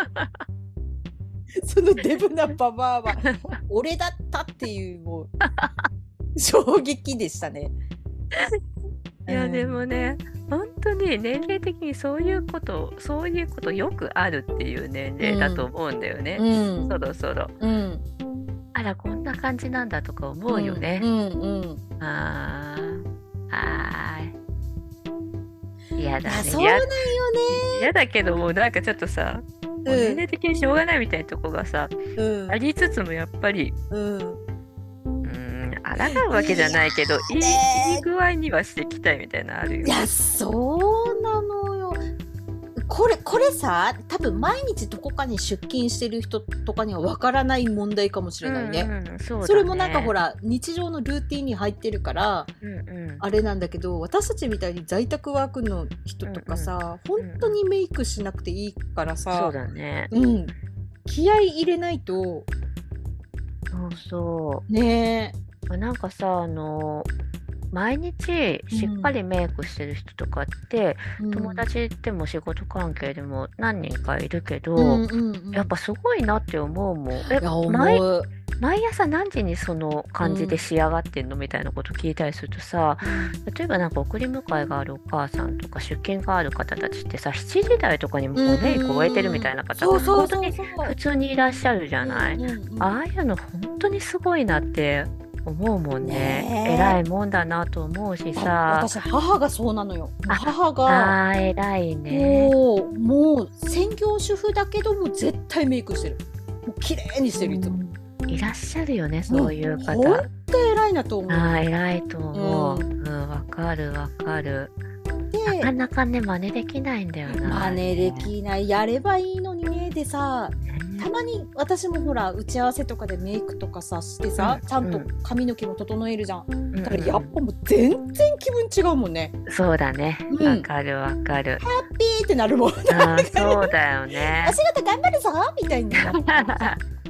そのデブなババアは俺だったっていうもう衝撃でしたね。 いやうんでもね、本当に年齢的にそういうことそういうことよくあるっていう年齢だと思うんだよね。 うんそろそろうんあらこんな感じなんだとか思うよね。 うんうんあーはーい。嫌だね。 いやそうなんよね。 嫌だけどもなんかちょっとさ、もう年齢的にしょうがないみたいなとこがさ、 うんありつつもやっぱりうんうーん抗うわけじゃないけどいいいやねいい具合にはしていきたいみたいなのあるよ。 いやそうなのよ。これこれさ多分毎日どこかに出勤してる人とかにはわからない問題かもしれないね。 うんうんそうだねそれもなんかほら日常のルーティンに入ってるからうんうんあれなんだけど私たちみたいに在宅ワークの人とかさ、 うんうん本当にメイクしなくていいからさ、 そうだね。 うん、気合い入れないとそうそねう。なんかさあの毎日しっかりメイクしてる人とかって、 え、 友達でも仕事関係でも何人かいるけど、 うんうんうん、 やっぱすごいなって思うもん。えいや思毎う、 毎朝何時にその感じで仕上がってんのみたいなこと聞いたりするとさ、例えばなんか送り迎えがあるお母さんとか出勤がある方たちってさしちじ台とかにもうメイク終えてるみたいな方そうそう本当にそうそう普通にいらっしゃるじゃない。 うんうんうんああいうの本当にすごいなって思うもんね。 ねえ偉いもんだなと思うしあさ。 私母がそうなのよ。 あ母がああ偉いね。 もうもう専業主婦だけども絶対メイクしてる。もう綺麗にしてるいつも。 うんいらっしゃるよねそういう方。 ほんと偉いなと思う。 ああ偉いと思う。 ううんわ、かるわかる。なでかなかね真似できないんだよな。 真似できないやればいいのにねでさたまに私もほら打ち合わせとかでメイクとかさしてさ、 うんちゃんと髪の毛も整えるじゃん。 うんうんだからやっぱもう全然気分違うもんね。 そうだね。 うんわかるわかる。 ハッピーってなるもん。 あーそうだよねお。仕事頑張るぞみたいになる。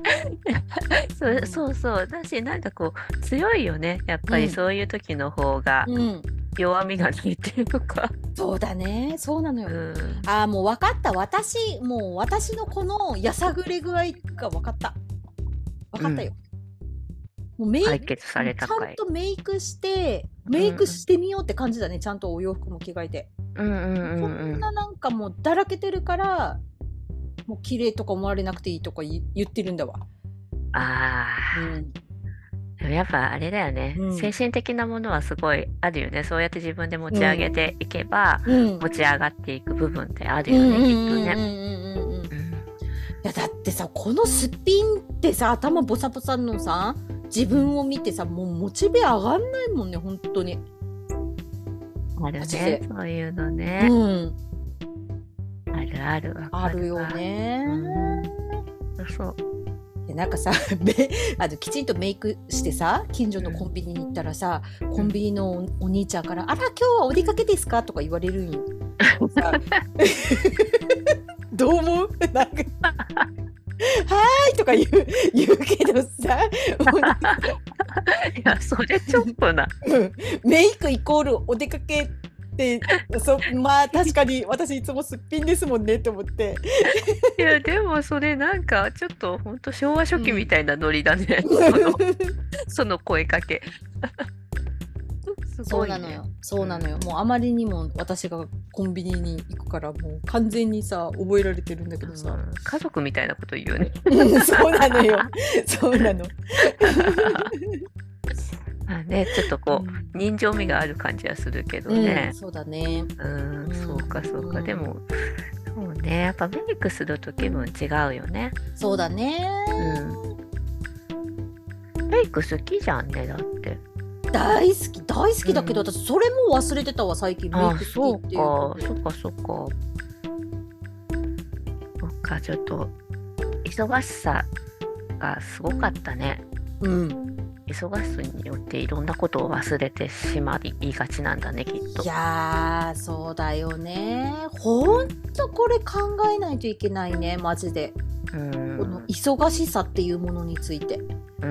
そう、そうそう。だし、なんかこう、強いよね。やっぱりうん。 そういう時の方がうん。 弱みがないっていうか。 そうだね。そうなのうよ。 ん。 ああ、もう分かった。私、もう私のこのやさぐれ具合が分かった。分かったよ。 うん。 もうメイ解決さうん、ちゃんれたかい。 とメイクして、 うんメイクうん。 してみようって感じだね。ちゃんとお洋服も着替えて。 うんうんうこんうん。 んななんかもうだらけてるから、もう綺麗とか思われなくていいとか言言ってるんだわ。 ああ。 うん。 でもやっぱあれだよね。 うん。 精神的なものはすごいあるよね。そうやって自分で持ち上げうん。 ていけば、 うん。 持ち上がっていく部分ってあるうんうんよね、きっとね。 うんうんうんうんうん。いうん。 やだってさ、このすっぴんってさ、頭ボサボサのさ、自うん。 分を見てさ、もうモチベ上がんないもんね、本当に。 あるね。 マジで。 そういうのうね。 ん。 あるある、わかあるよるわ。 ね。 うん。そうそう。 でなんかさめあのきちんとメイクしてさ、近所のコうん。 ンビニに行ったらさ、コンうん。 ビニのおお兄ちゃんから「あら、今日はお出かけですか？」とか言われるんよ。もうさどう思う？なんか「はーい」とか言う言うけどさ、もうなんかいや、それちょっとな。 うん、メイクイコールお出かけって、そまあ確かに私いつもすっぴんですもんねと思って。 いや、でもそれなんかちょっとほんと昭和初期みうん。 たいなノリだね。そのその声かけ。すごいね。 そうなのよ。そうん。 うなのよ。もうあまりにも私がコンビニに行くから、もう完全にさ、覚えられてるんだけどさ。 うん、家族みたいなこと言うね。 うん、そうなのよ。そうなの。 まあね、ちょっとこうん。 う、人情味がある感じはするけどうん、 ね。 そうだね。 うん、 うそうかそうか。でん、うん。 も、そうね、やっぱメイクすると気分違うよね。 そうだね。 うん。メイク好きじゃんね、だって。 大好き、大好きだけど、 うん。 私それも忘れてたわ、最近メイああ、 ク好きっそうていうこか、そと。 っかそっか。そっか、ちょっと忙しさがすごかったね。 うん。 忙しさによっていろんなことを忘れてしまいがちなんだね、きっいと。 やー、そうだよね。ほんとこれ考えないといけないね、マジで。 うこのん。 忙しさっていうものについて。 うん。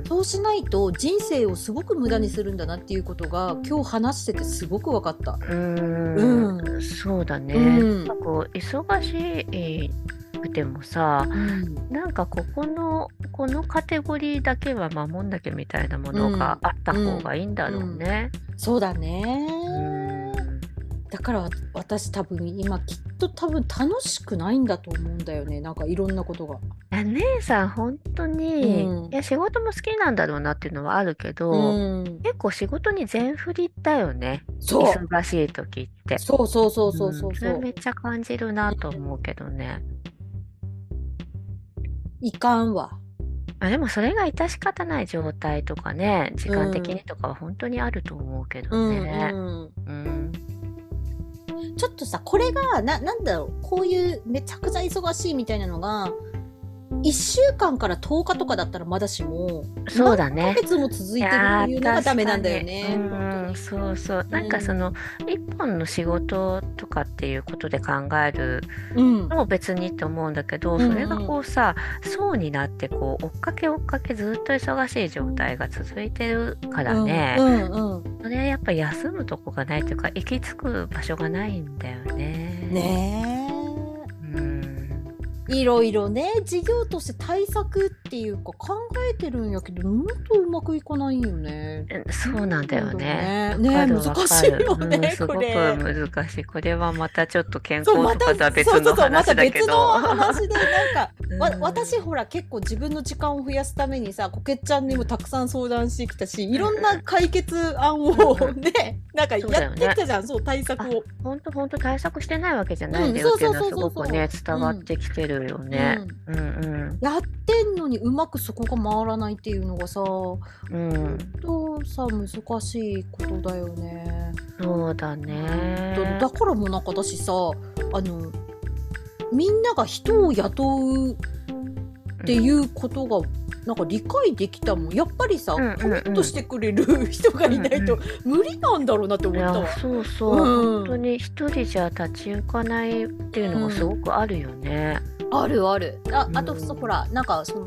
そうしないと人生をすごく無駄にするんだなっていうことが今日話しててすごく分かった。 うーん、 うん。 そうだうね。なんかん。 こう、忙しくてもさ、 うん。 なんかここの、このカテゴリーだけは守んなきゃみたいなもうのがん。 あったうん。 方がいいんだうん。 ろうね。 そうだうーね。 ん。 だから私多分今きっと多分楽しくないんだと思うんだよね。なんかいろんなことが。 あ、姉さん本当うに、いん。 や、仕事も好きなんだろうなっていうのはあるけうど、 ん。 結構仕事に全振りだよね。 そう。 忙しい時って。 そうそうそうそううん、 そうそそれめっちゃ感じるなと思うけどね。 う。いかんわ。 あ、でもそれが致し方ない状態とかね、時う間的にん。 とかは本当にあると思うけどうんね。 うん。 うん。 ちょっとさ、これが、な、なんだろう、こういうめちゃくちゃ忙しいみたいなのが、いっしゅうかんからとおかとかだったらまだしも、何そうだね。 ヶ月も続いいてるってやー、 いうのがダメなんだよ確かに。うね、本当ん、 に。 そうそう。 うなんかその、 ん。 一本の仕事とかっていうことで考えるうん。 のも別にって思うんだけど、 うんそれがうん。 こうさ、層になってこう、追っかけ追っかけずっと忙しい状態が続いてるかうん。 らね、 うんうん。 それはやっぱ休むとこがないというか、行き着く場所がないんだよね。 ねうん。 え。いろいろね、事業として対策っていうか考えてるんやけど、ほんとうまくいかないんよね。 うん、 なんそうなんだなんだろうよね。 ね。 わねえ、難かるわかしいる。うん、 よね、 すごくこれ。 難しい。これはまたちょっと健そう、また、 康とかとは別のそうそうそう、また話だけ別のど。 話で、なんか、 うわ、私ん。 ほら結構自分の時間を増やすためにさ、こけっちゃんにもうん。 たくさん相談してきたし、いうんうろんなん。 解決案をうんうん。 ね、なんかそうやっだよね。 てきたじゃん、そう、対策あ、 を。 ほんとほんと対策してないわけじゃないうん、 んだよっていうのはそうそうそうすごくね、 そうそ伝う。うん、 わってきてるよね。 うん。 うんうん。 やってんのにうまくそこが回らないっていうのがさ、ほうんん。 とさ、難しいことだよね。 そうだうんと、 ね。 だからもうなんか私さ、あの、みんなが人を雇うってうん。 いうことがなんか理解できたもん。やっぱりさ、 うんコミッうんうん。 トしてくれる人がうんいないとうん。 無理なんだろうなっていや、 思ったわ。 そうそう、ほんうん。 とに一人じゃ立ち行かないっていうのがすごうん。 くあるよね。 あるある。あ、 うあとそほん。 ら、なんかその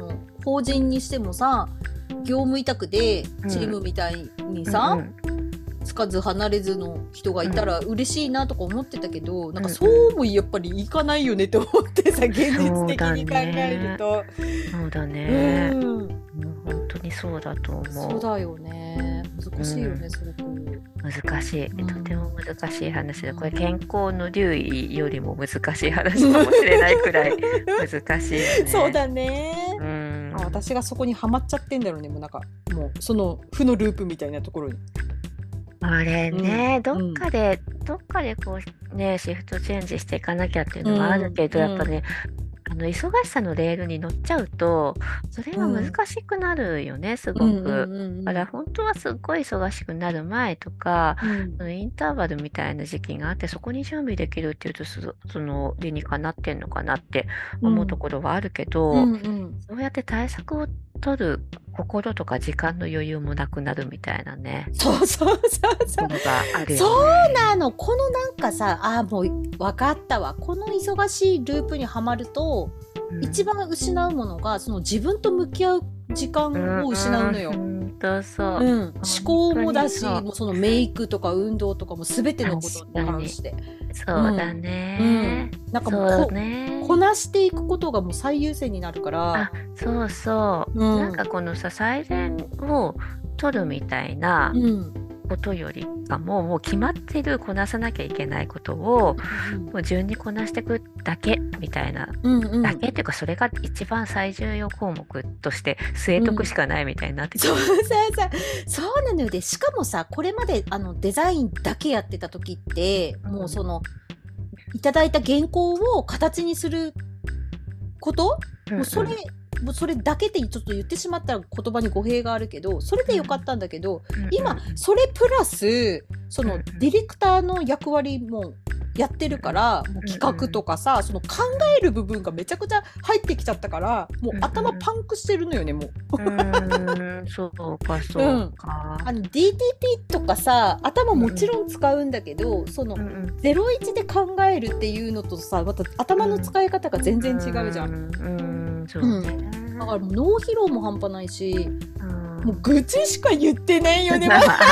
法人にしてもさ、業務委託でチームみたいにさ、 うんうんつかず離れずの人がいたら嬉しいなとか思ってたけど、なんかそうもやっぱりいかないよねって思ってさ、現実的に考えると。 そうだね。 うん、 うん本当にそうだと思う。 そうだよね。難しいよね、 うんすごく。 難しい、 うんとても難しい話で、これ健康の流儀よりも難しい話かもしれないくらい難しいよね。 そうだね。 うんあ、私がそこにはまっちゃってんだろうね。もうなんかもうその負のループみたいなところに。 あれね、 うんどっかで、どっかでこうね、シフトチェンジしていかなきゃっていうのがあるけど、 うんやっぱね、あの忙しさのレールに乗っちゃうと、それは難しくなるよね、すごく。 うんうんうんうんだから本当はすっごい忙しくなる前とか、 うんそのインターバルみたいな時期があって、そこに準備できるっていうと、そその理にかなってんのかなって思うところはあるけど、 うんうんそうやって対策を取る心とか時間の余裕もなくなるみたいなね、 そうそうそうそう。 ものがあるよね。 そうなの。このなんかさ、あーもう分かったわ。この忙しいループにはまると、 うん一番失うものがその自分と向き合う時間を失うのよ。 んんほんとそう。 うん、思考もだし、 本当にそうもうそのメイクとか運動とかも全てのことに関して、 そうだね。 なんかそうだもうこね。 こなしていくことがもう最優先になるからあ、、そうそう。 うんなんかこのさ、最善を取るみたいなうんことよりかも、もう決まってるこなさなきゃいけないことを、もう順にこなしていくだけみたいな。 うんうん、 だけっていうか、それが一番最重要項目として据えとくしかないみたいになってきてそうそうそうそうなのよ。でしかもさ、これまであのデザインだけやってた時って、 うんもうそのいただいた原稿を形にすること、もうそれ、もうそれだけってちょっと言ってしまったら言葉に語弊があるけど、それでよかったんだけど、 うんうん今それプラスそのうんディレクターの役割もやってるから、もう企画とかさ、その考える部分がめちゃくちゃ入ってきちゃったから、もう頭パンクしてるのよね、もう。 うーん、そうか、そうか。 あの ディーティーピー とかさ、頭もちろん使うんだけど、そのうんうんゼロイチで考えるっていうのとさ、また頭の使い方が全然違うじゃん。 うん、うんそうね。 だからもう脳疲労も半端ないし、 うんもう愚痴しか言ってないよね。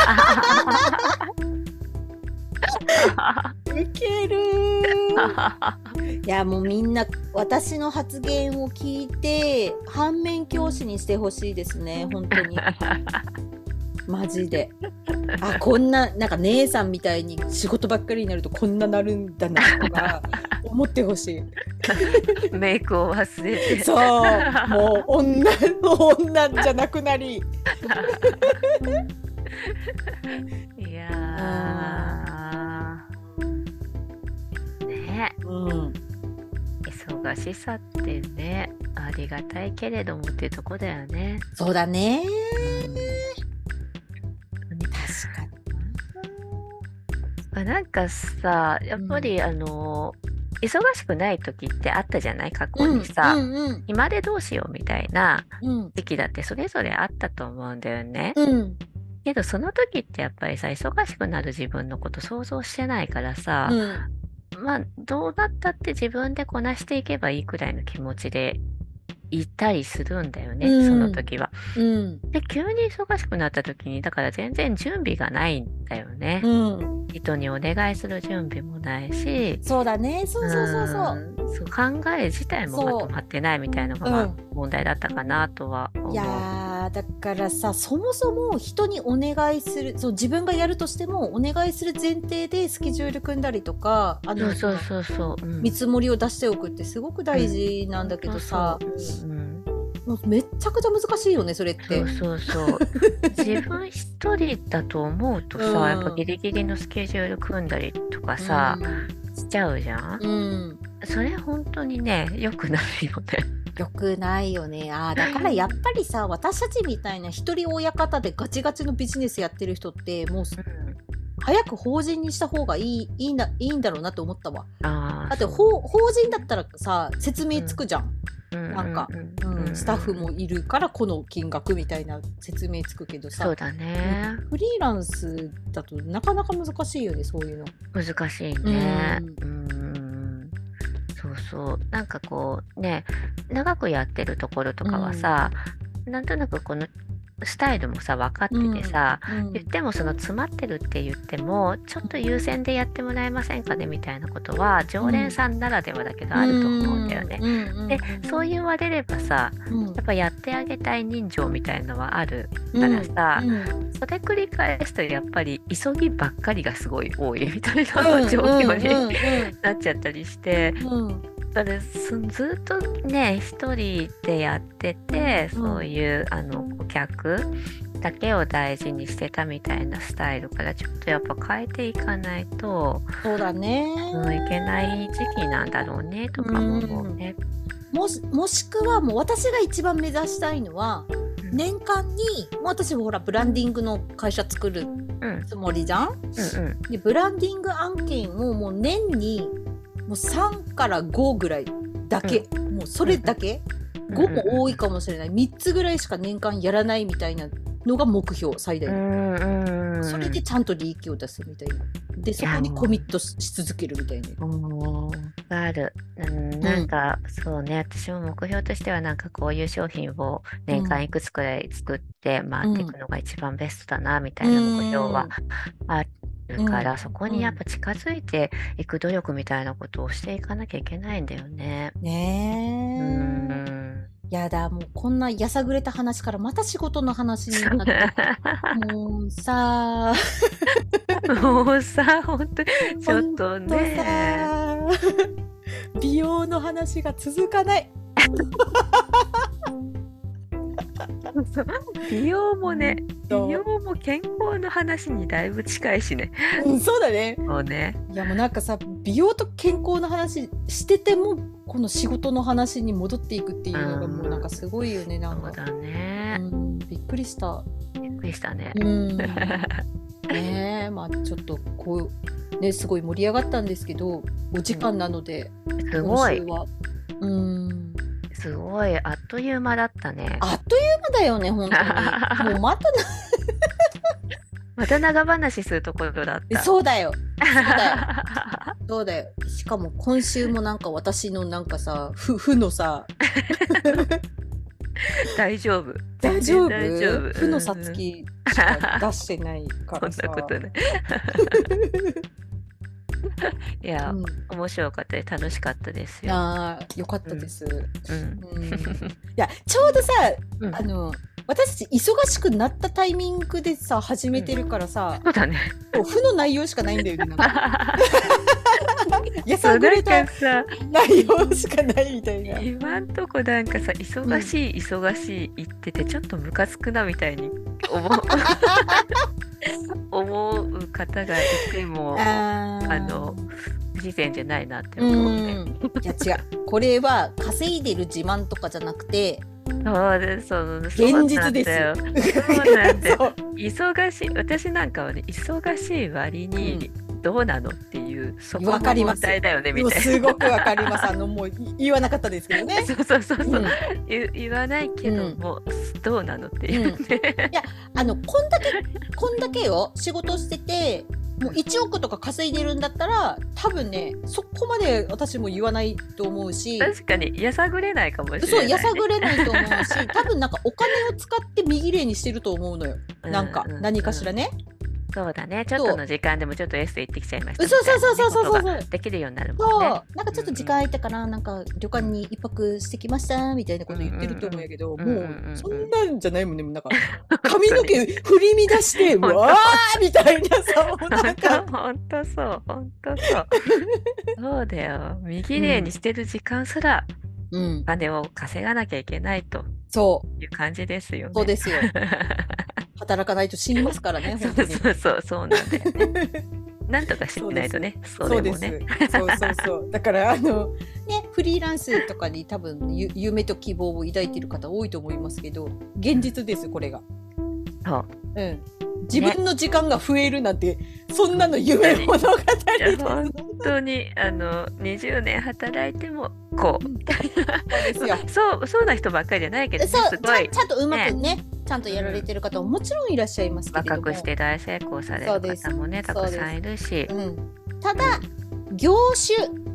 ウケるー。いやもうみんな私の発言を聞いて反面教師にしてほしいですね、本当に。マジで。あ、こんななんか姉さんみたいに仕事ばっかりになるとこんななるんだなとか思ってほしい。 メイクを忘れて。 そう、もう女の女じゃなくなり。 いやーね、 うん、 忙しさってね、ありがたいけれどもっていうとこだよね。 そうだね。 うん確かに。 あなんかさ、やっぱり、あの忙しくない時ってあったじゃない、過去にさ、 うんうん今でどうしようみたいなうん時期だってそれぞれあったと思うんだよね。 うんけどその時ってやっぱりさ、忙しくなる自分のこと想像してないからさ、 うんまあどうなったって自分でこなしていけばいいくらいの気持ちでいたりするんだよね、 うんその時は。 うんで、急に忙しくなった時に、だから全然準備がないんだよね。 うん人にお願いする準備もないし、 そうだね。そうそうそうそう。 うんそう考え自体もまとまってないみたいなのがまあうん問題だったかなとは思う。 いやーだからさ、そもそも人にお願いする、そう自分がやるとしてもお願いする前提でスケジュール組んだりとか、あのそうそうそうそう。うん見積もりを出しておくってすごく大事なんだけどさ、 そうそううんもうめっちゃくちゃ難しいよね、それって。 そうそうそう。自分一人だと思うとさ、 うんやっぱギリギリのスケジュール組んだりとかさ、しちゃうじゃん。 うん、うんそれ本当にね、良くないよね。 よくないよね。あーだからやっぱりさ、私たちみたいな一人親方でガチガチのビジネスやってる人ってもう早く法人にした方がいい、いいないいんだろうなと思ったわ。 あだって法法人だったらさ説明つくじゃん、 ななんかうんスタッフもいるからこの金額みたいな説明つくけどさ、 そうだね。 フリーランスだとなかなか難しいよね、そういうの。 難しいね。うん。そうそう。なんかこうね、長くやってるところとかはさ、なんとなくこのスタイルもさ分かっててさ、 うん言ってもその詰まってるって言ってもちょっと優先でやってもらえませんかねみたいなことは常連さんならではだけどあると思うんだよね。でそう言われればさ、 うんやっぱやってあげたい人情みたいのはあるからさ、 うんうんそれ繰り返すとやっぱり急ぎばっかりがすごい多いみたいな状況になっちゃったりして。 うんだからそずっとね一人でやってて、 うんそういうあの顧客だけを大事にしてたみたいなスタイルからちょっとやっぱ変えていかないと、 そうだね、 うん、いけない時期なんだろうねとかも思うね。 もし、もしくはもう私が一番目指したいのは、 うん年間にもう私もほらブランディングの会社作るうんつもりじゃん、 うんうんでブランディング案件をもう年にもうさんからごぐらいだけ、もうそれだけ、 うんごも多いかもしれない、みっつぐらいしか年間やらないみたいなのが目標最大うの、 んうんうんそれでちゃんと利益を出すみたいな、でそこにコミットしし続けるみたいな。 うんある、うん、なんか、そうね、私も目標としてはなんかこういう商品を年間いくつくらい作って回っていくのが一番ベストだなみたいな目標はあるから、 うんそこにやっぱ近づいていく努力みたいなことをしていかなきゃいけないんだよね。 ねえ、 うんやだもうこんなやさぐれた話からまた仕事の話になってもうさもうさ、本当にちょっとね。 ほんとさ美容の話が続かない。 そう美容もね、美そう容も健康の話にだいぶ近いしね。 うん、そうだね。 そうね。 いやもうなんかさ美容と健康の話しててもこの仕事の話に戻っていくっていうのがもうなんかすごいよね、なんかそうだね。 うんびっくりした。 びっくりしたね。 うんねえまあちょっとこうねすごい盛り上がったんですけどお時間なので、 すごい今週はうんすごいあっという間だったね。 あっという間だよね本当にもうまたまた長話するところだっなた。 そうだよそうだよそうだよしかも今週もなんか私のなんかさ負負のさ大丈夫。 大丈夫大丈夫。 負のさつきしか出してないからさそんなことない。いや、 うん、 面白かったです。楽しかったですよ。 あーよかったです、 うん。 うんいやちょうどさうんあの私たち忙しくなったタイミングでさ始めてるからさ、 そうだね。 もう負の内容しかないんだよねなんかやそうなんさぐれたかさ、 内容しかないみたいな今んとこなんかさ、忙しい、忙しい言ってて、ちょっとムカつくなみたいに思う思う方がいても、 あーあの、不自然じゃないなってう思うね。 んいや違うこれは稼いでる自慢とかじゃなくてそうです、そう現実ですよ。そうなんだよ。 そう忙しい、私なんかはね、忙しい割にどうなのっていう、そこのわかります問題だよねみもうたいすごくわかりますあのもうい言わなかったですけどな。 ねそうそうそうそう、 うん言言わないけどうんも、どうなのっていうね。 あのこんだけこんだけよ仕事しててもういちおくとか稼いでるんだったら多分ねそこまで私も言わないと思うし確かにやさぐれないかもしれない、 そうやさぐれないと思うし多分なんかお金を使って身綺麗にしてると思うのよなんかうんうん何かしらねそうだね、ちょっとの時間でもちょっとエステ行ってきちゃいましたそうそうそうそうそうそうみたいなことができるようになるもんそうね。 なんかちょっと時間空いたからなんか旅館に一泊してきましたみたいなこと言ってると思うんやけど、 うんうんうんもうんうんうそんなんじゃないもんねもうなんか髪の毛振り乱してうわーみたいなさもうなんか本当そう本当そうそうだよ、身綺麗にしてる時間すらうんお金を稼がなきゃいけないとそういう感じですよね。 そうですよ働かないと死にますからねそう本当にそうそうそうなんだよね。なんとかしてないとね、それもね。 そうそうそうだからあのねフリーランスとかに多分ゆ夢と希望を抱いてる方多いと思いますけど現実ですこれが、 そううん、自分の時間が増えるなんて、そんなの夢物語いやです本当にあのにじゅうねん働いてもこうみたいなですよそうそうな人ばっかりじゃないけどね、 そうすごいちゃんちゃんとうまくねちゃんとやられてる方ももちろんいらっしゃいますけれども、 若くして大成功される方もねたくさんいるし、 うん、ただ業種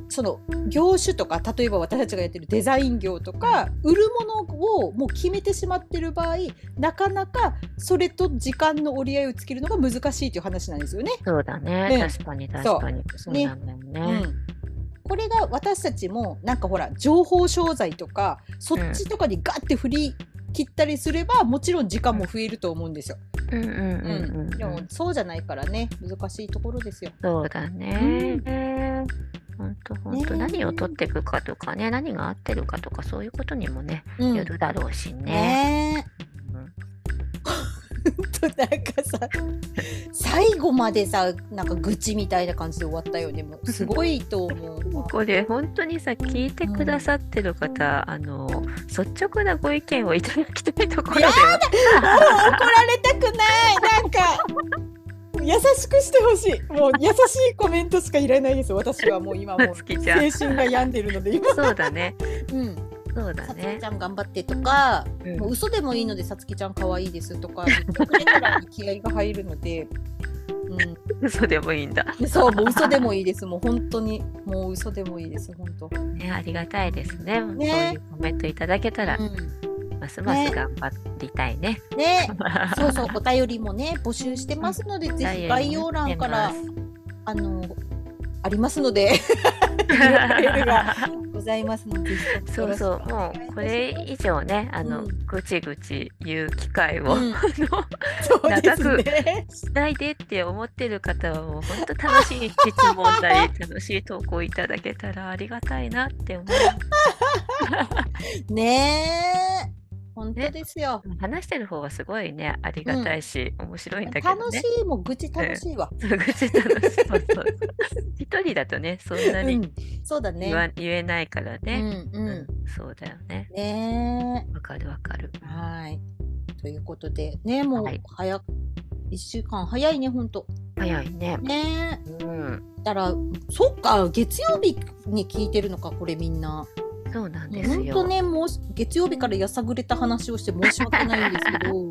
その業種とか、例えば私たちがやってるデザイン業とか、売るものをもう決めてしまってる場合、なかなかそれと時間の折り合いをつけるのが難しいという話なんですよね。 そうだね。 ね確かに確かに。そうねなんだようね。 ん、これが私たちもなんかほら情報商材とかそっちとかにガッて振り切ったりすれば、もちろん時間も増えると思うんですよ。 うんうんうんううんん。 でもそうじゃないからね、難しいところですよ。 そうだね。本当本当、 ね何を取っていくかとかね、何が合ってるかとか、そういうことにもね、 うんよるだろうしね。 ねうんえとなんかさ、最後までさ、なんか愚痴みたいな感じで終わったよね。もうすごいと思うわ。 これ本当にさ、聞いてくださってる方、あの率直なご意見をいただきたいところでは。 もう怒られたくない。なんか優しくしてほしい。もう優しいコメントしかいらないです。私はもう今もうつきちゃん精神が病んでるので今。 そうだね。 うん。 そうだねさつきち。ゃん頑張ってとか、 うんもう嘘でもいいのでさつきちゃん可愛いですとか言ってくれたら気合が入るので、 嘘でもいいんだ。 うん、そうもう嘘でもいいです。もう本当にもう嘘でもいいです本当。 ね、ありがたいですね。 ねそういうコメントいただけたら、 うんますます頑張りたいね。 ね、そうそうお便りもね募集してますので、ぜひ概要欄からあのありますのでメールがございますので、 そうそう、もうこれ以上ね、あの、 うんぐちぐち言う機会を、 うんあのそうですね。 しないでって思ってる方はもう本当楽しい質問なり楽しい投稿いただけたらありがたいなって思う。 ねえ。本当ですよ。 話してる方はすごいね、ありがたいし、面白いんだけどね。 楽しいもう愚痴楽しいわ。 そう愚痴楽しい。そうそう。一人だとね、そんなにうん、そうだ言わ、 ね。 言えないからうね。 んううんん。 そうだよね。 ねわかるわかる。 え。はい。ということでね、もうはい早く一週間早いね本当。 早いね。 ねえ。 うん。 だからそっか月曜日に聞いてるのかこれみんな。 そうなんですよ。 本当ねもう月曜日からやさぐれた話をして申し訳ないんですけど。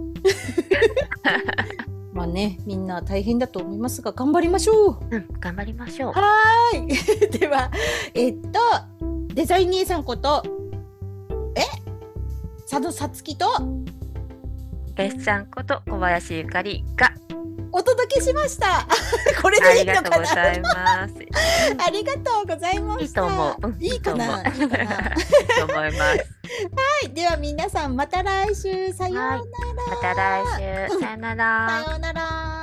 まあねみんな大変だと思いますが頑張りましょう。 うん、頑張りましょう。 はーい。では、えっと、デザイン姉さんこと、え佐野さつきとべっちゃんこと小林ゆかりがお届けしました。これありでいいのかがとうございな。 ます。 ありがとうございました。 いいと思う。うんいいかな。いいかな。はいと思います。 い。では皆さんまた来週さようなら。 また来週。さよなら。 さようなら。